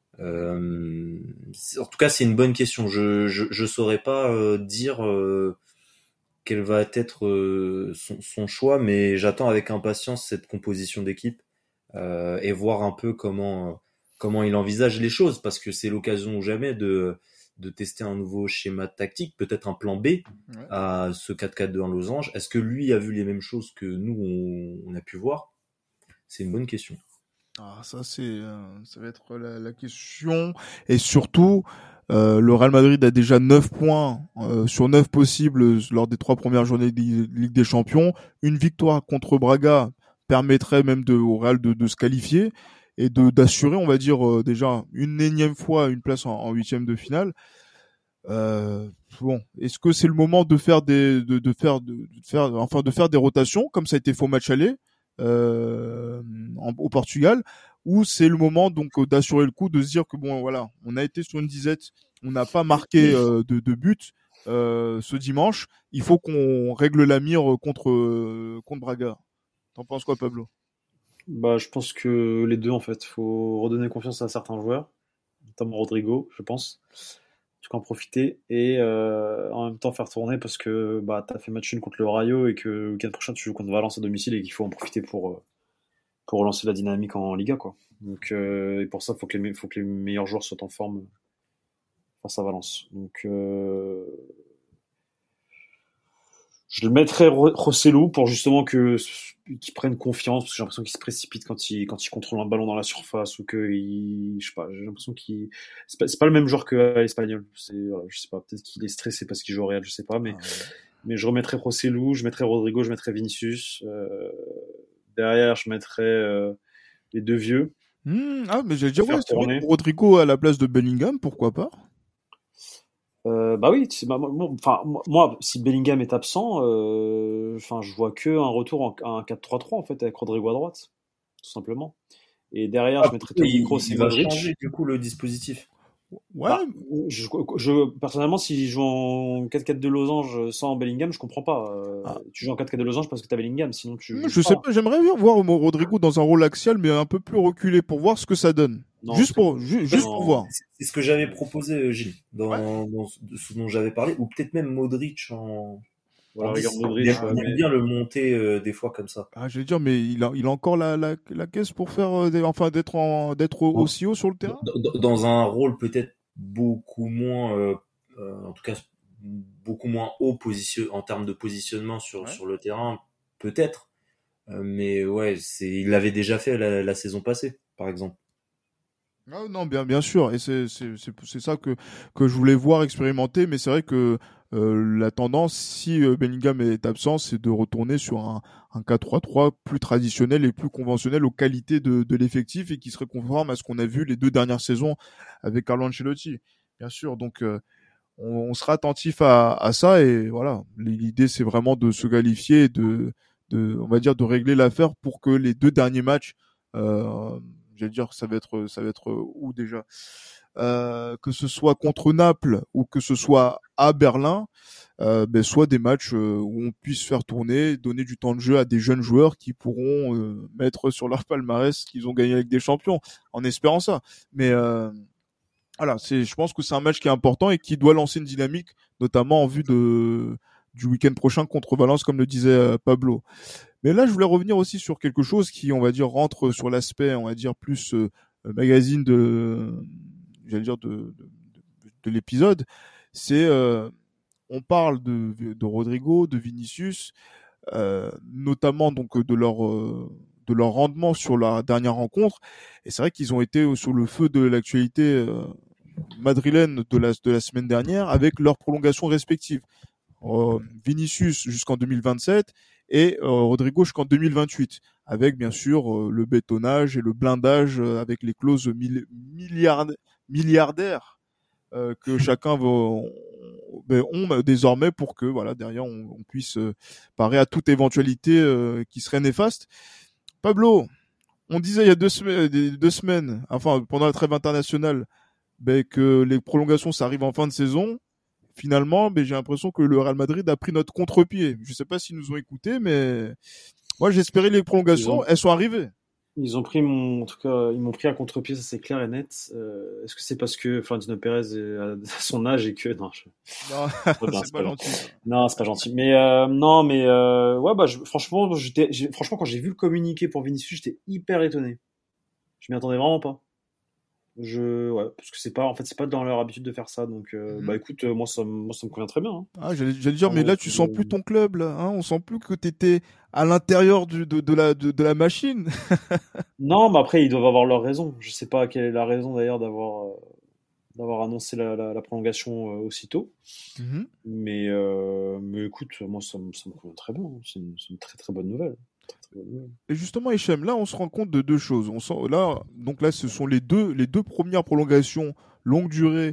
Euh, en tout cas, c'est une bonne question. Je je, je saurais pas euh, dire euh, quel va être euh, son, son choix, mais j'attends avec impatience cette composition d'équipe euh, et voir un peu comment comment il envisage les choses, parce que c'est l'occasion ou jamais de de tester un nouveau schéma tactique, peut-être un plan B ouais. à ce quatre quatre deux en losange. Est-ce que lui a vu les mêmes choses que nous on, on a pu voir? C'est une bonne question. Ah, ça c'est, euh, ça va être la, la question. Et surtout, euh, le Real Madrid a déjà neuf points euh, sur neuf possibles lors des trois premières journées de Ligue des Champions. Une victoire contre Braga permettrait même de, au Real de, de se qualifier et de d'assurer, on va dire euh, déjà une énième fois une place en, en huitième de finale. Euh, bon, est-ce que c'est le moment de faire des, de, de faire, de, de faire, enfin de faire des rotations comme ça a été fait au match aller? Euh, en, au Portugal, où c'est le moment donc d'assurer le coup, de se dire que bon voilà, on a été sur une disette, on n'a pas marqué euh, de, de but euh, ce dimanche, il faut qu'on règle la mire contre euh, contre Braga. T'en penses quoi, Pablo? Bah, je pense que les deux en fait, faut redonner confiance à certains joueurs, notamment Rodrigo, je pense. En tout cas, en profiter et euh, en même temps faire tourner parce que bah t'as fait match nul contre le Rayo et que le week-end prochain tu joues contre Valence à domicile et qu'il faut en profiter pour euh, pour relancer la dynamique en Liga quoi. Donc euh, et pour ça faut que les faut que les meilleurs joueurs soient en forme face à Valence. Donc euh, je le mettrais Rosselló pour justement que qu'il prenne confiance parce que j'ai l'impression qu'il se précipite quand il quand il contrôle un ballon dans la surface ou que il je sais pas, j'ai l'impression qu'il c'est pas, c'est pas le même joueur que l'Espagnol. C'est voilà, je sais pas, peut-être qu'il est stressé parce qu'il joue au Real, je sais pas, mais ah ouais. mais je remettrais Rosselló, je mettrais Rodrigo, je mettrais Vinicius. Euh, derrière, je mettrais euh, les deux vieux. Mmh, ah mais j'allais dire ouais, c'est vrai, Rodrigo à la place de Bellingham, pourquoi pas? Euh, bah oui, enfin moi, moi, si Bellingham est absent, enfin euh, je vois que un retour en un quatre trois trois en fait avec Rodrigo à droite, tout simplement. Et derrière, ah, je mettrais Toni Kroos et Modric. Changer du coup le dispositif. Ouais. Bah, je, je, personnellement, s'il joue en quatre quatre de losange sans Bellingham, je comprends pas. Euh, ah. Tu joues en quatre quatre de losange parce que t'as Bellingham, sinon tu. Je sais pas, j'aimerais bien voir Rodrigo dans un rôle axial, mais un peu plus reculé pour voir ce que ça donne. Non, juste pour, ju- juste pour voir. C'est ce que j'avais proposé, Gilles, dans, ouais. dans ce dont j'avais parlé, ou peut-être même Modric en. Voilà, regarde Modric. Il aime bien le monter euh, des fois comme ça. Ah, je vais dire, mais il a, il a encore la, la, la caisse pour faire, euh, des, enfin, d'être en, d'être bon. aussi haut sur le terrain. Dans, dans un rôle peut-être beaucoup moins, euh, euh, en tout cas, beaucoup moins haut position en termes de positionnement sur ouais. sur le terrain, peut-être. Euh, mais ouais, c'est, il l'avait déjà fait la, la saison passée, par exemple. Ah non, bien bien sûr, et c'est c'est c'est c'est ça que que je voulais voir expérimenter, mais c'est vrai que euh, la tendance, si euh, Bellingham est absent, c'est de retourner sur un un quatre trois trois plus traditionnel et plus conventionnel aux qualités de de l'effectif et qui serait conforme à ce qu'on a vu les deux dernières saisons avec Carlo Ancelotti. Bien sûr, donc euh, on, on sera attentif à à ça et voilà, l'idée c'est vraiment de se qualifier et de de on va dire de régler l'affaire pour que les deux derniers matchs euh, j'allais dire ça va être ça va être où déjà euh, que ce soit contre Naples ou que ce soit à Berlin, euh, ben soit des matchs euh, où on puisse faire tourner, donner du temps de jeu à des jeunes joueurs qui pourront euh, mettre sur leur palmarès qu'ils ont gagné avec des champions, en espérant ça. Mais euh, voilà, c'est, je pense que c'est un match qui est important et qui doit lancer une dynamique, notamment en vue de du week-end prochain contre Valence, comme le disait euh, Pablo. Mais là, je voulais revenir aussi sur quelque chose qui, on va dire, rentre sur l'aspect, on va dire, plus euh, magazine de, j'allais dire, de, de, de, de l'épisode. C'est, euh, on parle de, de Rodrigo, de Vinicius, euh, notamment donc de leur, euh, de leur rendement sur la dernière rencontre. Et c'est vrai qu'ils ont été sous le feu de l'actualité euh, madrilène de la, de la semaine dernière avec leurs prolongations respectives. Euh, Vinicius jusqu'en deux mille vingt-sept et euh, Rodrigo jusqu'en deux mille vingt-huit, avec bien sûr euh, le bétonnage et le blindage euh, avec les clauses mille, milliard, milliardaires euh, que chacun va, ben, ont désormais pour que voilà derrière on, on puisse euh, parer à toute éventualité euh, qui serait néfaste. Pablo, on disait il y a deux semaines, deux semaines, enfin pendant la trêve internationale, ben, que les prolongations ça arrive en fin de saison. Finalement, ben, j'ai l'impression que le Real Madrid a pris notre contre-pied. Je sais pas s'ils nous ont écoutés, mais moi j'espérais les prolongations, ont... elles sont arrivées. Ils ont pris mon, en tout cas, ils m'ont pris à contre-pied, ça c'est clair et net. Euh, est-ce que c'est parce que Florentino Pérez est à son âge et que non, je... non non c'est pas, pas gentil. Non, c'est pas gentil. Mais euh, non, mais euh, ouais, bah je, franchement, j'étais, j'ai, franchement, quand j'ai vu le communiqué pour Vinicius, j'étais hyper étonné. Je m'y attendais vraiment pas. Je, ouais, parce que c'est pas, en fait, c'est pas dans leur habitude de faire ça. Donc, euh, mm-hmm. bah écoute, euh, moi ça, moi ça me convient très bien. Hein. Ah, j'allais, j'allais dire, mais là tu sens plus ton club, là. Hein, on sent plus que t'étais à l'intérieur du, de, de la, de, de la machine. Non, mais après ils doivent avoir leur raison. Je sais pas quelle est la raison d'ailleurs d'avoir, euh, d'avoir annoncé la, la, la prolongation euh, aussitôt. Mm-hmm. Mais, euh, mais écoute, moi ça, ça me convient très bien. Hein. C'est, une, c'est une très très bonne nouvelle. Et justement, Hichem, là, on se rend compte de deux choses. On sent, là, donc là, ce sont les deux, les deux premières prolongations longue durée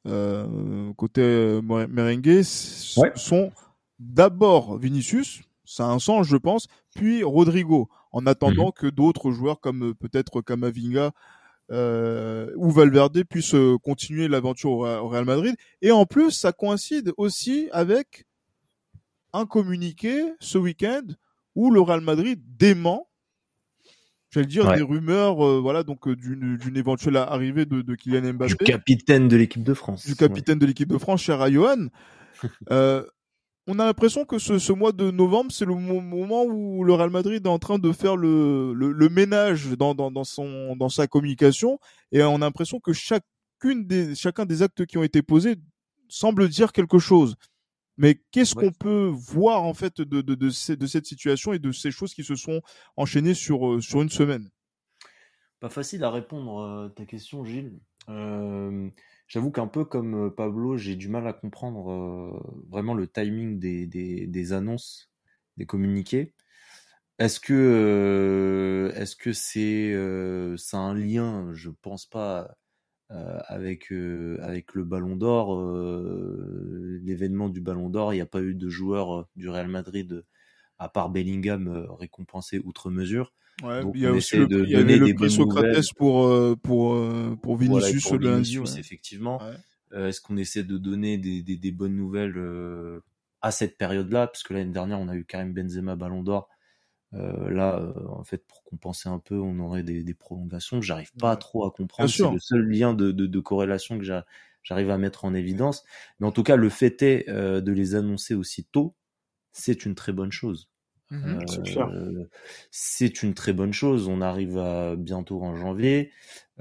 euh, côté merengue. Ce ouais. sont d'abord Vinicius, ça a un sens, je pense, puis Rodrigo. En attendant mm-hmm. que d'autres joueurs comme peut-être Camavinga euh, ou Valverde puissent continuer l'aventure au Real Madrid. Et en plus, ça coïncide aussi avec un communiqué ce week-end où le Real Madrid dément, j'allais dire, ouais. des rumeurs, euh, voilà, donc euh, d'une, d'une éventuelle arrivée de, de Kylian Mbappé. Du capitaine de l'équipe de France. Du capitaine ouais. de l'équipe de France, cher à Johan. euh, on a l'impression que ce, ce mois de novembre, c'est le moment où le Real Madrid est en train de faire le, le, le ménage dans, dans, dans, son, dans sa communication, et on a l'impression que chacune des, chacun des actes qui ont été posés semble dire quelque chose. Mais qu'est-ce ouais. qu'on peut voir en fait de, de, de, ces, de cette situation et de ces choses qui se sont enchaînées sur, sur une semaine? Pas facile à répondre à ta question, Gilles. Euh, j'avoue qu'un peu comme Pablo, j'ai du mal à comprendre euh, vraiment le timing des, des, des annonces, des communiqués. Est-ce que, euh, est-ce que c'est, euh, c'est un lien? Je pense pas. Euh, avec euh, avec le Ballon d'Or, euh, l'événement du Ballon d'Or, il n'y a pas eu de joueur euh, du Real Madrid euh, à part Bellingham euh, récompensé outre mesure. Ouais, donc il y a aussi le, de il y avait le prix Socrates pour euh, pour euh, pour Vinicius voilà, le lundi. Ouais. Effectivement. Ouais. Euh, est-ce qu'on essaie de donner des des, des bonnes nouvelles euh, à cette période-là, parce que l'année dernière on a eu Karim Benzema Ballon d'Or. Euh, là, euh, en fait, pour compenser un peu, on aurait des, des prolongations que j'arrive pas ouais. trop à comprendre. C'est le seul lien de, de, de corrélation que j'a, j'arrive à mettre en évidence. Mais en tout cas, le fait est euh, de les annoncer aussi tôt, c'est une très bonne chose. Mmh, euh, c'est sûr. C'est une très bonne chose. On arrive à bientôt en janvier.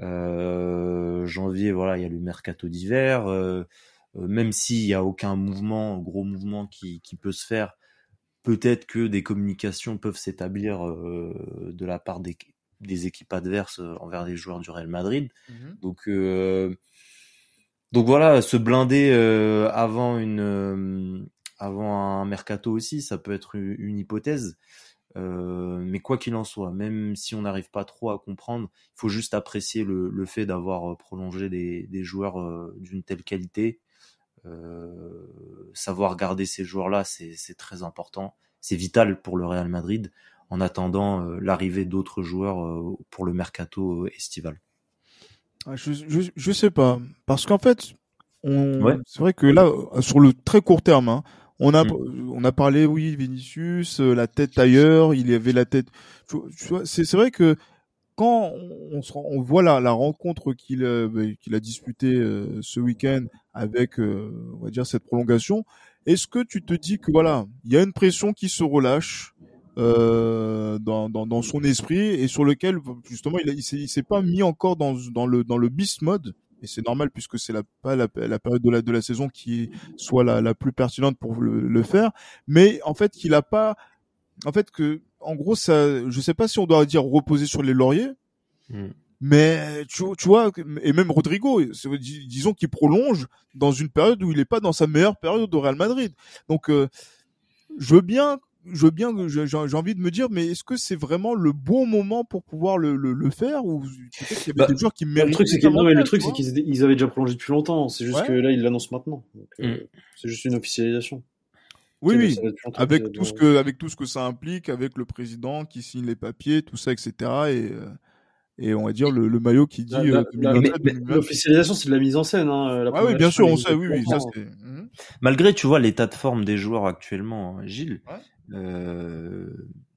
Euh, janvier, voilà, il y a le mercato d'hiver. Euh, euh, même s'il y a aucun mouvement, gros mouvement qui, qui peut se faire. Peut-être que des communications peuvent s'établir euh, de la part des, des équipes adverses envers les joueurs du Real Madrid. Mm-hmm. Donc, euh, donc voilà, se blinder euh, avant une, euh, avant un mercato aussi, ça peut être une, une hypothèse. Euh, mais quoi qu'il en soit, même si on n'arrive pas trop à comprendre, il faut juste apprécier le, le fait d'avoir prolongé des, des joueurs euh, d'une telle qualité. Euh, savoir garder ces joueurs-là, c'est, c'est très important. C'est vital pour le Real Madrid en attendant euh, l'arrivée d'autres joueurs euh, pour le mercato euh, estival. Je, je, je sais pas. Parce qu'en fait, on... ouais. c'est vrai que là, sur le très court terme, hein, on a, mmh. on a parlé, oui, Vinicius, euh, la tête ailleurs, il y avait la tête. Tu, tu vois, c'est, c'est vrai que quand on, on, on voit la, la rencontre qu'il, euh, qu'il a disputée euh, ce week-end avec, euh, on va dire, cette prolongation, est-ce que tu te dis que voilà, il y a une pression qui se relâche euh, dans, dans, dans son esprit et sur lequel justement il, a, il, s'est, il s'est pas mis encore dans, dans le dans le beast mode, et c'est normal puisque c'est la pas la, la période de la de la saison qui soit la, la plus pertinente pour le, le faire, mais en fait qu'il a pas, en fait que en gros, ça, je sais pas si on doit dire reposer sur les lauriers, mm. mais tu, tu vois, et même Rodrigo, disons qu'il prolonge dans une période où il est pas dans sa meilleure période au Real Madrid. Donc, euh, je veux bien, je veux bien, j'ai, j'ai envie de me dire, mais est-ce que c'est vraiment le bon moment pour pouvoir le, le, le faire ou peut-être qu'il y avait Bah, des joueurs qui Le méritent truc, c'est qu'ils, non, mais le truc, c'est qu'ils étaient- ils avaient déjà prolongé depuis longtemps. C'est juste Ouais. que là, ils l'annoncent maintenant. Donc, euh, Mm. c'est juste une officialisation. Oui, C'est- oui, ça fait depuis longtemps avec qu'ils tout ce avaient- que, avec tout ce que ça implique, avec le président qui signe les papiers, tout ça, et cetera. Et, euh, et on va dire le, le maillot qui La- dit la- euh, la- deux mille vingt-quatre, mais- deux mille vingt-quatre. L'officialisation, c'est de la mise en scène. Hein. La Ah oui, bien prolongation, sûr, elle on existe sait, depuis oui, oui, ça longtemps. c'est. Mhm. Malgré, tu vois, l'état de forme des joueurs actuellement, hein, Gilles, Ouais. euh,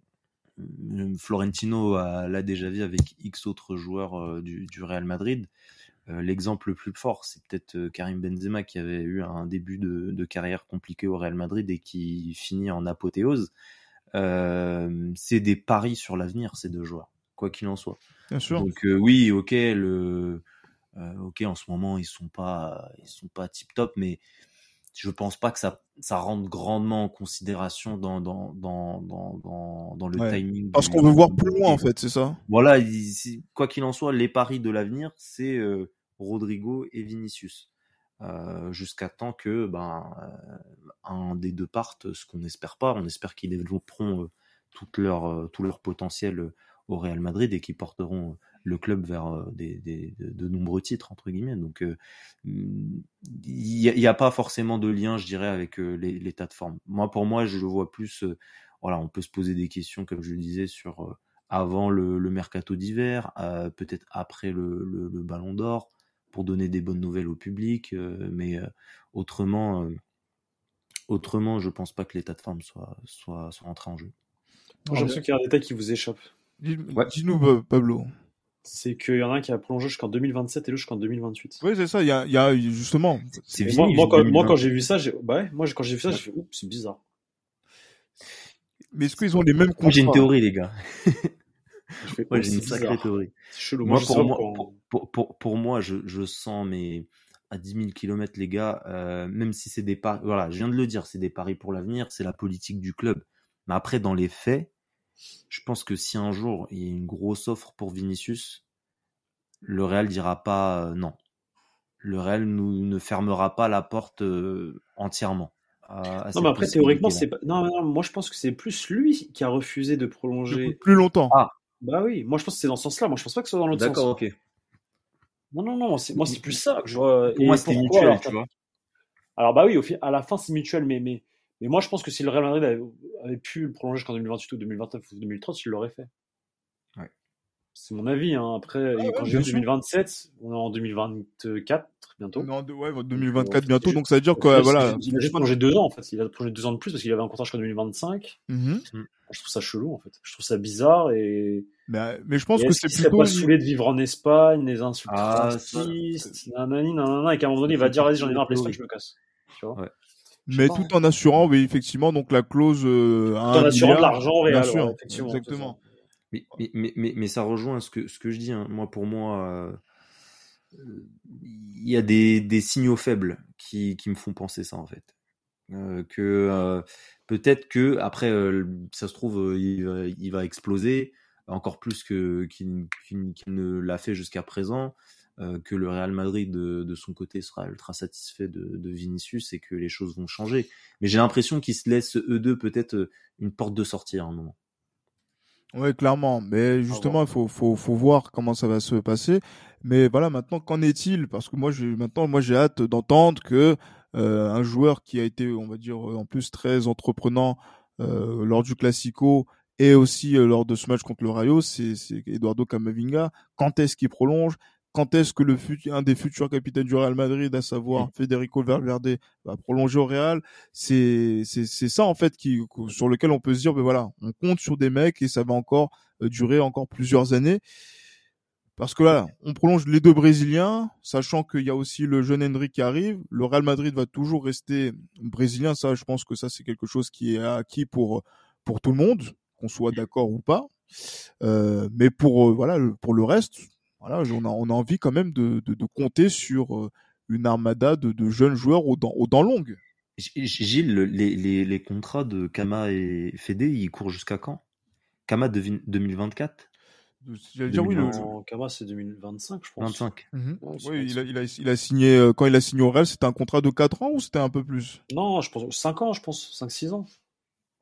Florentino a- l'a déjà vu avec X autres joueurs euh, du, du Real Madrid. Euh, l'exemple le plus fort, c'est peut-être euh, Karim Benzema qui avait eu un début de, de carrière compliqué au Real Madrid et qui finit en apothéose. Euh, c'est des paris sur l'avenir, ces deux joueurs, quoi qu'il en soit. Bien sûr. Donc euh, oui, ok, le, euh, ok, en ce moment ils sont pas, ils sont pas tip top, mais je pense pas que ça, ça rentre grandement en considération dans dans dans dans dans, dans le Ouais. timing. Parce du- qu'on veut voir du- plus loin, en fait, c'est ça. Voilà, il- si- quoi qu'il en soit, les paris de l'avenir, c'est euh, Rodrigo et Vinicius. Euh, jusqu'à temps que ben euh, un des deux parte, ce qu'on n'espère pas. On espère qu'ils développeront euh, toute leur, euh, tout leur potentiel euh, au Real Madrid et qu'ils porteront euh, le club vers euh, des, des, de, de nombreux titres entre guillemets. Donc euh, il n'y a, a pas forcément de lien, je dirais, avec euh, les, l'état de forme. Moi, pour moi, je le vois plus. Euh, voilà, on peut se poser des questions, comme je le disais, sur euh, avant le, le mercato d'hiver, euh, peut-être après le, le, le Ballon d'Or, pour donner des bonnes nouvelles au public, euh, mais euh, autrement, euh, autrement, je pense pas que l'état de forme soit, soit, soit entré en jeu. Moi, j'ai l'impression qu'il y a un détail qui vous échappe. Dis- Ouais. Dis-nous, Pa- Pablo. C'est qu'il y en a un qui a prolongé jusqu'en deux mille vingt-sept et l'autre jusqu'en deux mille vingt-huit. Oui, c'est ça. Il y a, il y a justement. C'est Et fini. moi, moi, quand, deux mille vingt. moi, quand j'ai vu ça, j'ai, bah ouais, moi, quand j'ai vu ça, j'ai fait, oups, c'est bizarre. Mais est-ce qu'ils ont les mêmes contrats? Moi, j'ai une théorie, les gars. J'ai fait, Moi, oups, j'ai une c'est sacrée bizarre. théorie. C'est chelou. Moi, je sais pour pas moi, pourquoi on- pour, pour, pour, pour moi, je, je sens, mais à dix mille kilomètres, les gars, euh, même si c'est des paris, voilà, je viens de le dire, c'est des paris pour l'avenir, c'est la politique du club. Mais après, dans les faits, je pense que si un jour il y a une grosse offre pour Vinicius, le Real dira pas euh, non. Le Real nous, ne fermera pas la porte euh, entièrement. À, à Non, cette mais après, théoriquement, possibilité-là. c'est pas. Non, non, moi, je pense que c'est plus lui qui a refusé de Depuis prolonger. plus longtemps. Ah, Bah oui, moi, je pense que c'est dans ce sens-là. Moi, je pense pas que ce soit dans l'autre sens. d'accord, ok. Non, non, non, c'est- moi, c'est plus ça que je vois. Pour Et moi, c'était pourquoi, mutuel, alors, tu vois. Alors, bah oui, au fi- à la fin, c'est mutuel, mais, mais, mais moi, je pense que si le Real Madrid avait, avait pu le prolonger jusqu'en deux mille vingt-huit ou deux mille vingt-neuf ou deux mille trente, il l'aurait fait. Ouais. C'est mon avis. Hein. Après, Ah ouais, quand j'ai bien vu sûr. deux mille vingt-sept, on est en deux mille vingt-quatre bientôt. Non, de- ouais, deux Donc, mille vingt-quatre euh, bientôt. il- Donc ça veut dire que il a- voilà. Il a juste prolongé deux ans en fait. Il a prolongé deux ans de plus parce qu'il avait un contrat jusqu'en deux mille vingt-cinq. Mhm. Je trouve ça chelou en fait. Je trouve ça bizarre et. Mais, mais je pense et que est-ce c'est qu'il serait plutôt. pas saoulé de vivre en Espagne, les insultes Ah, ça, racistes, nanani, nanana, et qu'à un moment donné, il va dire vas-y, j'en ai marre, laisse-moi que je me casse. Tu vois. Ouais. Je sais Mais pas, tout hein. en assurant, oui, effectivement, donc la clause euh, à Tout en un assurant de milliard. l'argent au Real, Bien sûr, ouais, effectivement, exactement. Mais, mais, mais, mais, mais ça rejoint ce que, ce que je dis. Hein. Moi, pour moi, euh, il y a des, des signaux faibles qui, qui me font penser ça, en fait. Euh, que euh, peut-être que, après, euh, ça se trouve, euh, il, va, il va exploser encore plus que, qu'il, qu'il, qu'il ne l'a fait jusqu'à présent. Euh, que le Real Madrid, de, de son côté, sera ultra satisfait de, de Vinicius et que les choses vont changer. Mais j'ai l'impression qu'ils se laissent, eux deux, peut-être une porte de sortie à un moment. Oui, clairement. Mais justement, il faut, faut, faut voir comment ça va se passer. Mais voilà, maintenant, qu'en est-il? Parce que moi, j'ai, maintenant, moi, j'ai hâte d'entendre que euh, un joueur qui a été, on va dire, en plus très entreprenant euh, lors du Classico et aussi euh, lors de ce match contre le Rayo, c'est, c'est Eduardo Camavinga. Quand est-ce qu'il prolonge? Quand est-ce que le fut- un des futurs capitaines du Real Madrid, à savoir mmh. Federico Valverde, va prolonger au Real? C'est, c'est, c'est ça, en fait, qui, sur lequel on peut se dire, ben voilà, on compte sur des mecs et ça va encore euh, durer encore plusieurs années. Parce que là, on prolonge les deux Brésiliens, sachant qu'il y a aussi le jeune Henry qui arrive. Le Real Madrid va toujours rester brésilien. Ça, je pense que ça, c'est quelque chose qui est acquis pour, pour tout le monde, qu'on soit d'accord ou pas. Euh, mais pour, euh, voilà, pour le reste, voilà, on a, on a envie quand même de, de, de compter sur euh, une armada de, de jeunes joueurs aux dents, aux dents longues. Gilles, les, les, les contrats de Kama et Fede, ils courent jusqu'à quand? Kama de deux mille vingt-quatre? J'allais dire oui, le Kama c'est deux mille vingt-cinq, je pense. vingt-cinq. Mm-hmm. Ouais, oui, il a, il a, il a signé euh, quand il a signé au Real, c'était un contrat de quatre ans ou c'était un peu plus? Non, je pense cinq ans, je pense, cinq six ans. Ouais.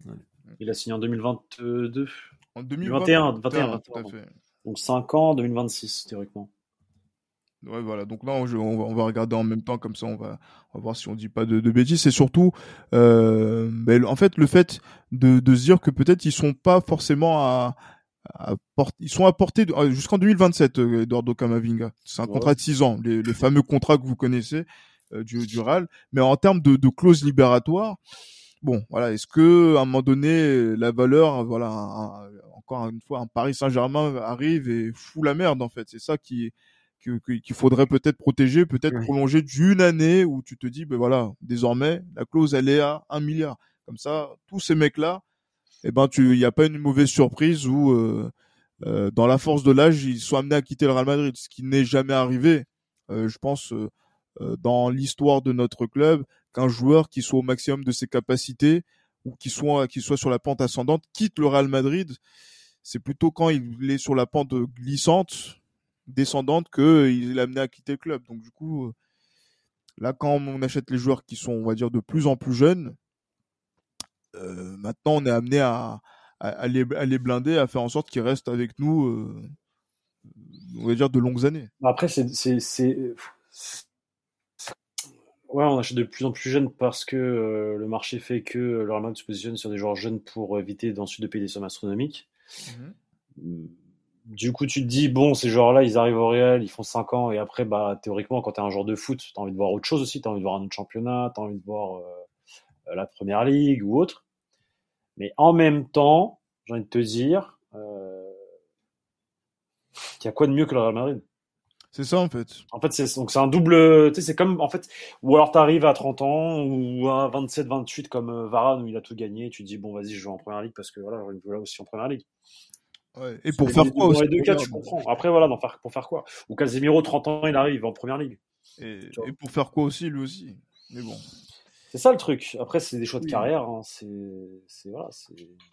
Il a signé en deux mille vingt-deux. En deux mille vingt et un, vingt et un, vingt et un, vingt et un. tout à fait. Donc cinq ans, deux mille vingt-six, théoriquement. Ouais, voilà. Donc là, on, je- on va, on va regarder en même temps, comme ça, on va, on va voir si on dit pas de, de bêtises. C'est surtout, euh, ben, en fait, le fait de, de se dire que peut-être ils sont pas forcément à, à port- ils sont à portée de- euh, jusqu'en deux mille vingt-sept, euh, Eduardo Camavinga. C'est un Ouais. contrat de six ans, les, les fameux contrats que vous connaissez euh, du, du R A L. Mais en termes de, de clauses libératoires, bon, voilà, est-ce que à un moment donné, la valeur, voilà, un- un- encore une fois, un Paris Saint-Germain arrive et fout la merde, en fait. C'est ça qui que- que- qu'il faudrait peut-être protéger, peut-être Ouais. prolonger d'une année où tu te dis, ben voilà, désormais, la clause, elle est à un milliard. Comme ça, tous ces mecs-là, eh ben, tu, il n'y a pas une mauvaise surprise où, euh, euh, dans la force de l'âge, ils sont amenés à quitter le Real Madrid, ce qui n'est jamais arrivé, euh, je pense, euh, euh, dans l'histoire de notre club, qu'un joueur qui soit au maximum de ses capacités ou qui soit, qui soit sur la pente ascendante quitte le Real Madrid. C'est plutôt quand il est sur la pente glissante, descendante, qu'il est amené à quitter le club. Donc du coup, euh, là, quand on achète les joueurs qui sont, on va dire, de plus en plus jeunes, euh, maintenant on est amené à, à, à, les, à les blinder, à faire en sorte qu'ils restent avec nous, euh, on va dire, de longues années. Après, c'est, c'est, c'est, c'est- ouais, on achète de plus en plus jeunes parce que euh, le marché fait que le Real Madrid se positionne sur des joueurs jeunes pour éviter d'ensuite de payer des sommes astronomiques. Mm-hmm. Du coup, tu te dis, bon, ces joueurs-là, ils arrivent au Real, ils font cinq ans, et après, bah, théoriquement, quand t'es un joueur de foot, t'as envie de voir autre chose aussi, t'as envie de voir un autre championnat, t'as envie de voir euh, la première ligue ou autre. Mais en même temps, j'ai envie de te dire, euh, qu'il y a quoi de mieux que le Real Madrid? C'est ça en fait. En fait, c'est, donc c'est un double, tu sais, c'est comme, en fait, ou alors t'arrives à trente ans, ou à vingt-sept, vingt-huit, comme euh, Varane, où il a tout gagné, et tu te dis, bon, vas-y, je joue en première ligue, parce que voilà, je joue là aussi en première ligue. Ouais. Et pour Les- faire les- quoi dans aussi? les deux cas, Regarde. tu comprends. Après, voilà, d'en faire, pour faire quoi? Ou Casemiro, trente ans, il arrive en première ligue. Et, Tu vois. et pour faire quoi aussi, lui aussi. Mais bon. C'est ça le truc. Après, c'est des choix de Oui. carrière. Hein. C'est, c'est voilà, c'est,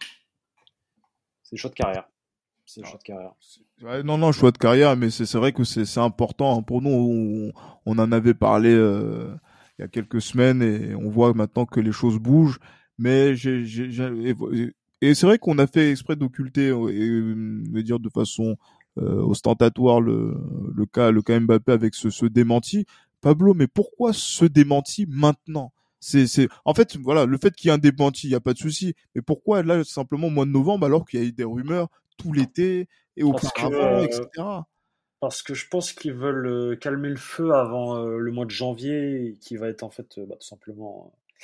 c'est des choix de carrière. C'est des Ah. choix de carrière. Ouais, non, non, choix de carrière, mais c'est c'est vrai que c'est c'est important. Pour nous, on, on en avait parlé euh, il y a quelques semaines et on voit maintenant que les choses bougent. Mais j'ai, j'ai, j'ai- et et c'est vrai qu'on a fait exprès d'occulter euh, et euh, de dire de façon euh, ostentatoire le, le cas le cas Mbappé avec ce, ce démenti. Pablo, mais pourquoi ce démenti maintenant? C'est, c'est, en fait, voilà, le fait qu'il y ait un démenti, il y a pas de souci. Mais pourquoi là, simplement au mois de novembre, alors qu'il y a eu des rumeurs tout l'été et Parce que, auparavant, euh, et cetera. parce que je pense qu'ils veulent euh, calmer le feu avant euh, le mois de janvier, qui va être en fait, euh, bah, tout simplement. euh,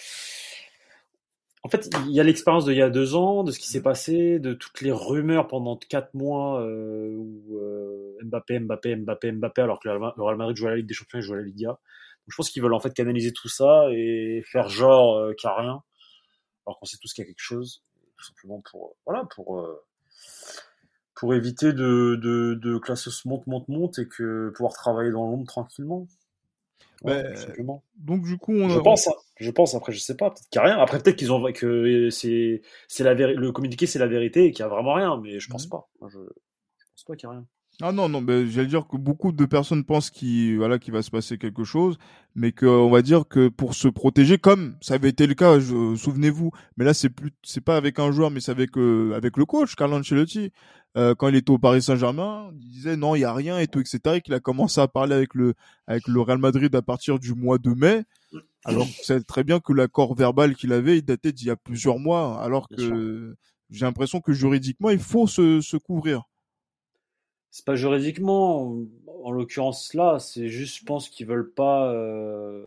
En fait, il y a l'expérience d'il y a deux ans, de ce qui s'est passé, de toutes les rumeurs pendant quatre mois euh, où euh, Mbappé, Mbappé, Mbappé, Mbappé, alors que le Real Madrid joue à la Ligue des Champions et joue à la Liga. Donc, je pense qu'ils veulent en fait canaliser tout ça et faire genre euh, qu'il n'y a rien, alors qu'on sait tous qu'il y a quelque chose, tout simplement pour euh, voilà pour euh, pour éviter de, de, de que la sauce monte, monte, monte et que pouvoir travailler dans l'ombre tranquillement. Voilà, Ben, tout simplement. donc du coup, on, Je on- pense, hein. Je pense. Après, je sais pas. Peut-être qu'il n'y a rien. Après, peut-être qu'ils ont que c'est c'est la vérité. Le communiqué, c'est la vérité et qu'il y a vraiment rien. Mais je pense Mhm. pas. Moi, je, je pense pas qu'il y a rien. Ah non, non, ben, j'allais dire que beaucoup de personnes pensent qu'il voilà, qu'il va se passer quelque chose, mais que on va dire que pour se protéger, comme ça avait été le cas, je, souvenez-vous, mais là c'est plus, c'est pas avec un joueur, mais c'est avec euh, avec le coach Carlo Ancelotti. Euh, quand il était au Paris Saint-Germain, il disait non, il y a rien et tout, et cetera. Et qu'il a commencé à parler avec le avec le Real Madrid à partir du mois de mai. Alors que c'est très bien que l'accord verbal qu'il avait, il datait d'il y a plusieurs mois, alors Bien sûr. que j'ai l'impression que juridiquement, il faut se, se couvrir. C'est pas juridiquement. En l'occurrence là, c'est juste, je pense qu'ils veulent pas. euh,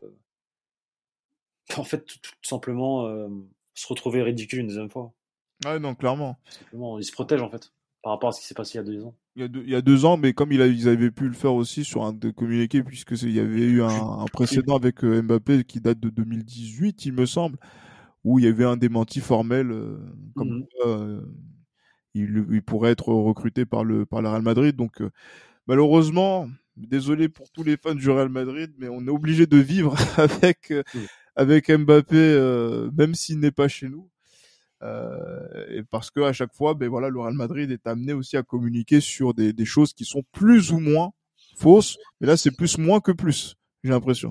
En fait, tout, tout simplement euh, se retrouver ridicule une deuxième fois. Ouais, non, clairement. Tout simplement, ils se protègent en fait par rapport à ce qui s'est passé il y a deux ans. Il y a deux, il y a deux ans, mais comme il a, ils avaient pu le faire aussi sur un de communiqué, puisque c'est- il y avait eu un, un précédent avec euh, Mbappé qui date de deux mille dix-huit, il me semble, où il y avait un démenti formel, euh, comme Mhm. quoi, euh, il, il pourrait être recruté par le, par le Real Madrid. Donc, euh, malheureusement, désolé pour tous les fans du Real Madrid, mais on est obligé de vivre avec, euh, Mhm. avec Mbappé, euh, même s'il n'est pas chez nous. Euh, et parce que à chaque fois, ben voilà, le Real Madrid est amené aussi à communiquer sur des, des choses qui sont plus ou moins fausses. Mais là, c'est plus moins que plus, j'ai l'impression.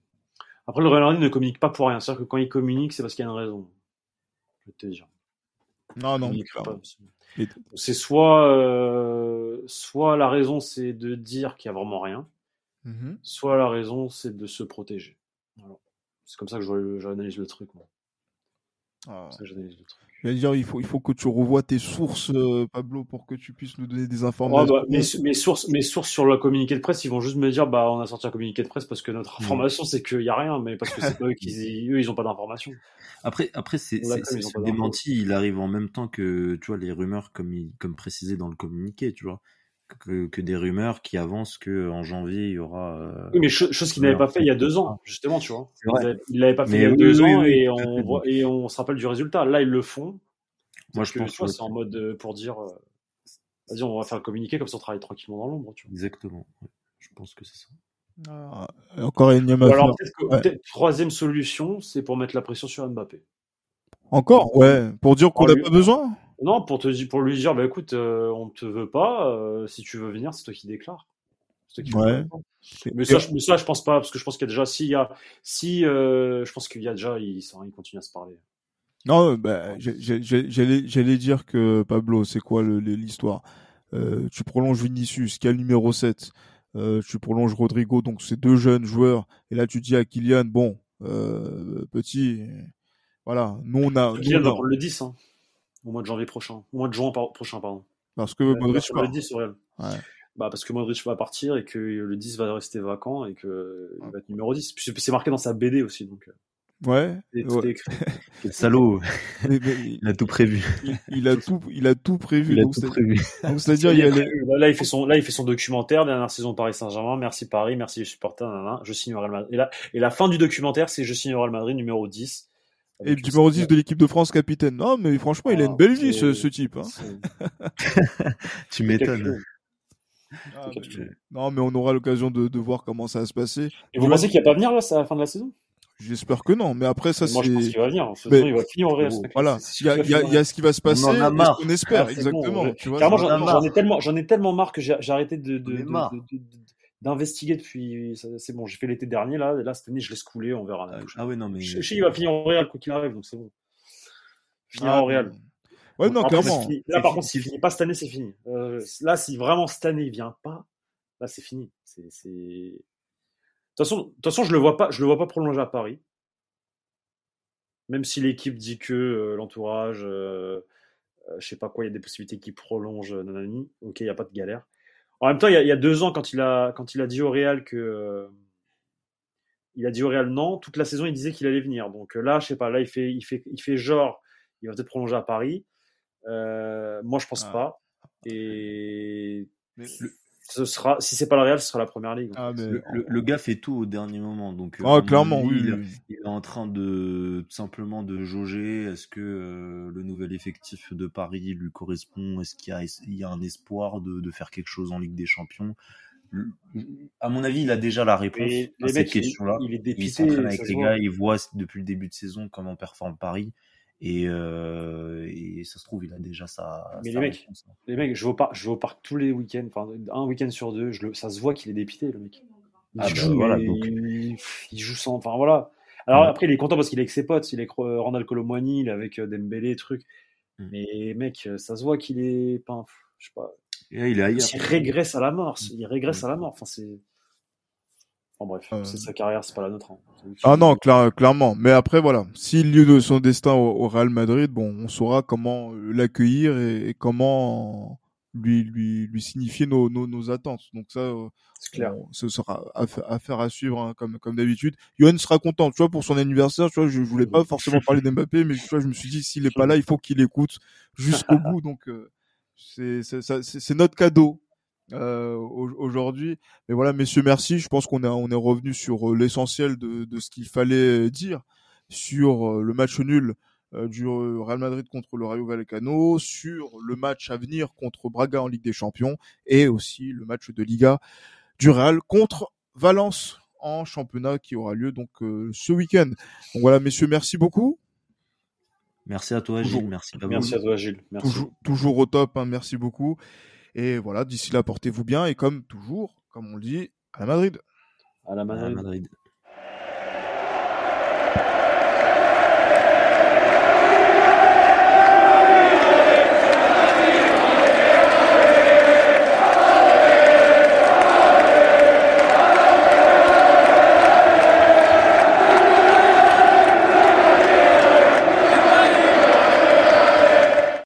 Après, le Real Madrid ne communique pas pour rien. C'est-à-dire que quand il communique, c'est parce qu'il y a une raison. Je vais te dire. Non, non. On n'y croit pas. Et... C'est soit, euh, soit la raison, c'est de dire qu'il n'y a vraiment rien, mm-hmm. soit la raison, c'est de se protéger. Alors, c'est comme ça que je, j'analyse le truc. Moi. Ah. C'est comme ça que j'analyse le truc. Je veux dire, il faut, il faut que tu revoies tes sources, euh, Pablo, pour que tu puisses nous donner des informations. Oh bah, mes, mes, sources, mes sources sur le communiqué de presse, ils vont juste me dire, bah, on a sorti un communiqué de presse parce que notre information, mmh. c'est qu'il n'y a rien, mais parce que c'est pas eux qui, eux, ils n'ont pas d'informations. Après, après, c'est, c'est, c'est ce démenti, il arrive en même temps que, tu vois, les rumeurs, comme, il, comme précisé dans le communiqué, tu vois, que, que des rumeurs qui avancent que en janvier, il y aura. Euh, oui, mais chose, chose qu'ils n'avaient pas fait il y a deux ans, justement, tu vois. Ils l'avaient pas fait mais il y a oui, deux oui, ans oui, et, oui, on voit, et on se rappelle du résultat. Là, ils le font. Moi, je que, pense tu vois, c'est en mode euh, pour dire, euh, vas-y, on va faire le communiqué, comme ça on travaille tranquillement dans l'ombre, tu vois. Exactement. Ouais. Je pense que c'est ça. Ah, encore une énième affaire. Alors, peut-être que, ouais. peut-être, troisième solution, c'est pour mettre la pression sur Mbappé. Encore, ouais. Pour dire qu'on n'a pas besoin. Non, pour te pour lui dire, bah écoute, euh, on te veut pas. Euh, si tu veux venir, c'est toi qui déclares. C'est toi qui ouais. Mais ça, je, mais ça, je pense pas, parce que je pense qu'il y a déjà, s'il y a, si, euh, je pense qu'il y a déjà, ils, ils continuent à se parler. Non, bah, j'allais, j'allais dire que Pablo, c'est quoi le, l'histoire euh, Tu prolonges Vinicius, qui a le numéro sept. Euh, tu prolonges Rodrigo, donc c'est deux jeunes joueurs. Et là, tu dis à Kylian, bon, euh, petit, voilà, nous on a. Kylian nous, va on a... prendre le dix, hein, au mois de janvier prochain, au mois de juin par... prochain, pardon. Parce que euh, Modric part. Le dix, ouais. ouais. Bah parce que Modric va partir et que le dix va rester vacant et que il va être numéro dix. Puis c'est marqué dans sa B D aussi, donc. Ouais. Et tout ouais. est écrit. Quel salaud. Mais, mais, il a tout prévu. Il, il a tout, il a tout prévu. Il a donc tout c'est, prévu. Donc c'est-à-dire il y a les... là il fait son, là il fait son documentaire, dernière saison Paris Saint-Germain. Merci Paris, merci les supporters. Nanana, je signe au Real Madrid. Et là, et la fin du documentaire, c'est je signe au Real Madrid numéro dix. Et numéro dix de l'équipe de France, capitaine. Non, mais franchement, ah, il a une belle vie, ce, ce type. Hein. Tu m'étonnes. Ah, mais je... Non, mais on aura l'occasion de, de voir comment ça va se passer. Et vous je... pensez qu'il va pas venir là, à la fin de la saison? J'espère que non, mais après ça mais moi, c'est. Moi je pense qu'il va venir. Mais... il va finir au Real. Bon, voilà, il y a, y, a, y a ce qui va se passer. On en a marre. On espère ah, exactement. Bon, tu vois, Carrément, j'en, j'en ai tellement, j'en ai tellement marre que j'ai, j'ai arrêté de, de, de, de, de, d'investiguer depuis. C'est bon, j'ai fait l'été dernier là, là cette année je laisse couler, on verra. Ah, ah ouais non mais. Je sais il va finir au Real quoi qu'il arrive, donc c'est bon. Finir ah, au Real. Ouais non après, clairement. Là par contre s'il finit pas cette année c'est fini. Euh, là si vraiment cette année il vient pas, là c'est fini. C'est, c'est... De toute façon, de toute façon je le vois pas, je le vois pas prolonger à Paris. Même si l'équipe dit que euh, l'entourage, euh, euh, je sais pas quoi, il y a des possibilités qu'il prolonge, euh, nanani. Ok, il y a pas de galère. En même temps, il y a, y a deux ans quand il a quand il a dit au Real que euh, il a dit au Real non, toute la saison il disait qu'il allait venir. Donc euh, là, je sais pas, là il fait il fait il fait genre, il va peut-être prolonger à Paris. Euh, moi, je pense ah. pas. Et mais le... ce sera, si c'est pas le Real, ce sera la première ligue. Ah, mais... le, le, le gars fait tout au dernier moment, donc. Ah, clairement, avis, oui, il, oui. Il est en train de tout simplement de jauger. Est-ce que euh, le nouvel effectif de Paris lui correspond? Est-ce qu'il y a, il y a un espoir de, de faire quelque chose en Ligue des Champions? À mon avis, il a déjà la réponse et à cette question-là. Il, il est dépité. Il s'entraîne avec les gars, il voit depuis le début de saison comment performe Paris. Et, euh, et ça se trouve, il a déjà sa. Mais sa les mecs, réponse. les mecs, je vais au parc, je vais au parc tous les week-ends, enfin un week-end sur deux. Je le, ça se voit qu'il est dépité, le mec. Il ah joue, bah, voilà, donc... il, il joue sans, enfin voilà. Alors mmh. après, il est content parce qu'il est avec ses potes, il est avec Randal Colomwani, il est avec Dembélé, truc. Mmh. Mais mec, ça se voit qu'il est, pas, je sais pas. Et il est ailleurs. Il régresse à la mort. Il régresse mmh. à la mort. Enfin c'est. Enfin bref, euh... c'est sa carrière, c'est pas la nôtre. Hein. Ah non, clair, clairement. Mais après, voilà, s'il lieu de son destin au, au Real Madrid, bon, on saura comment l'accueillir et, et comment lui, lui, lui signifier nos, nos, nos attentes. Donc ça, euh, c'est clair. Bon, ce sera affaire à suivre, hein, comme, comme d'habitude. Johan sera content, tu vois, pour son anniversaire. Tu vois, je, je voulais pas forcément parler d'Mbappé, mais tu vois, je me suis dit, s'il est pas là, il faut qu'il écoute jusqu'au bout. Donc, euh, c'est, c'est, c'est, c'est notre cadeau. Euh, aujourd'hui, mais voilà, messieurs, merci. Je pense qu'on est on est revenu sur l'essentiel de de ce qu'il fallait dire sur le match nul euh, du Real Madrid contre le Rayo Vallecano, sur le match à venir contre Braga en Ligue des Champions et aussi le match de Liga du Real contre Valence en championnat qui aura lieu donc euh, ce week-end. Donc voilà, messieurs, merci beaucoup. Merci à toi, Gilles. Merci à vous. Merci à toi, Gilles. Merci. Toujours, toujours au top. Hein, merci beaucoup. Et voilà, d'ici là, portez-vous bien. Et comme toujours, comme on le dit, à la Madrid. À la Madrid. À la Madrid.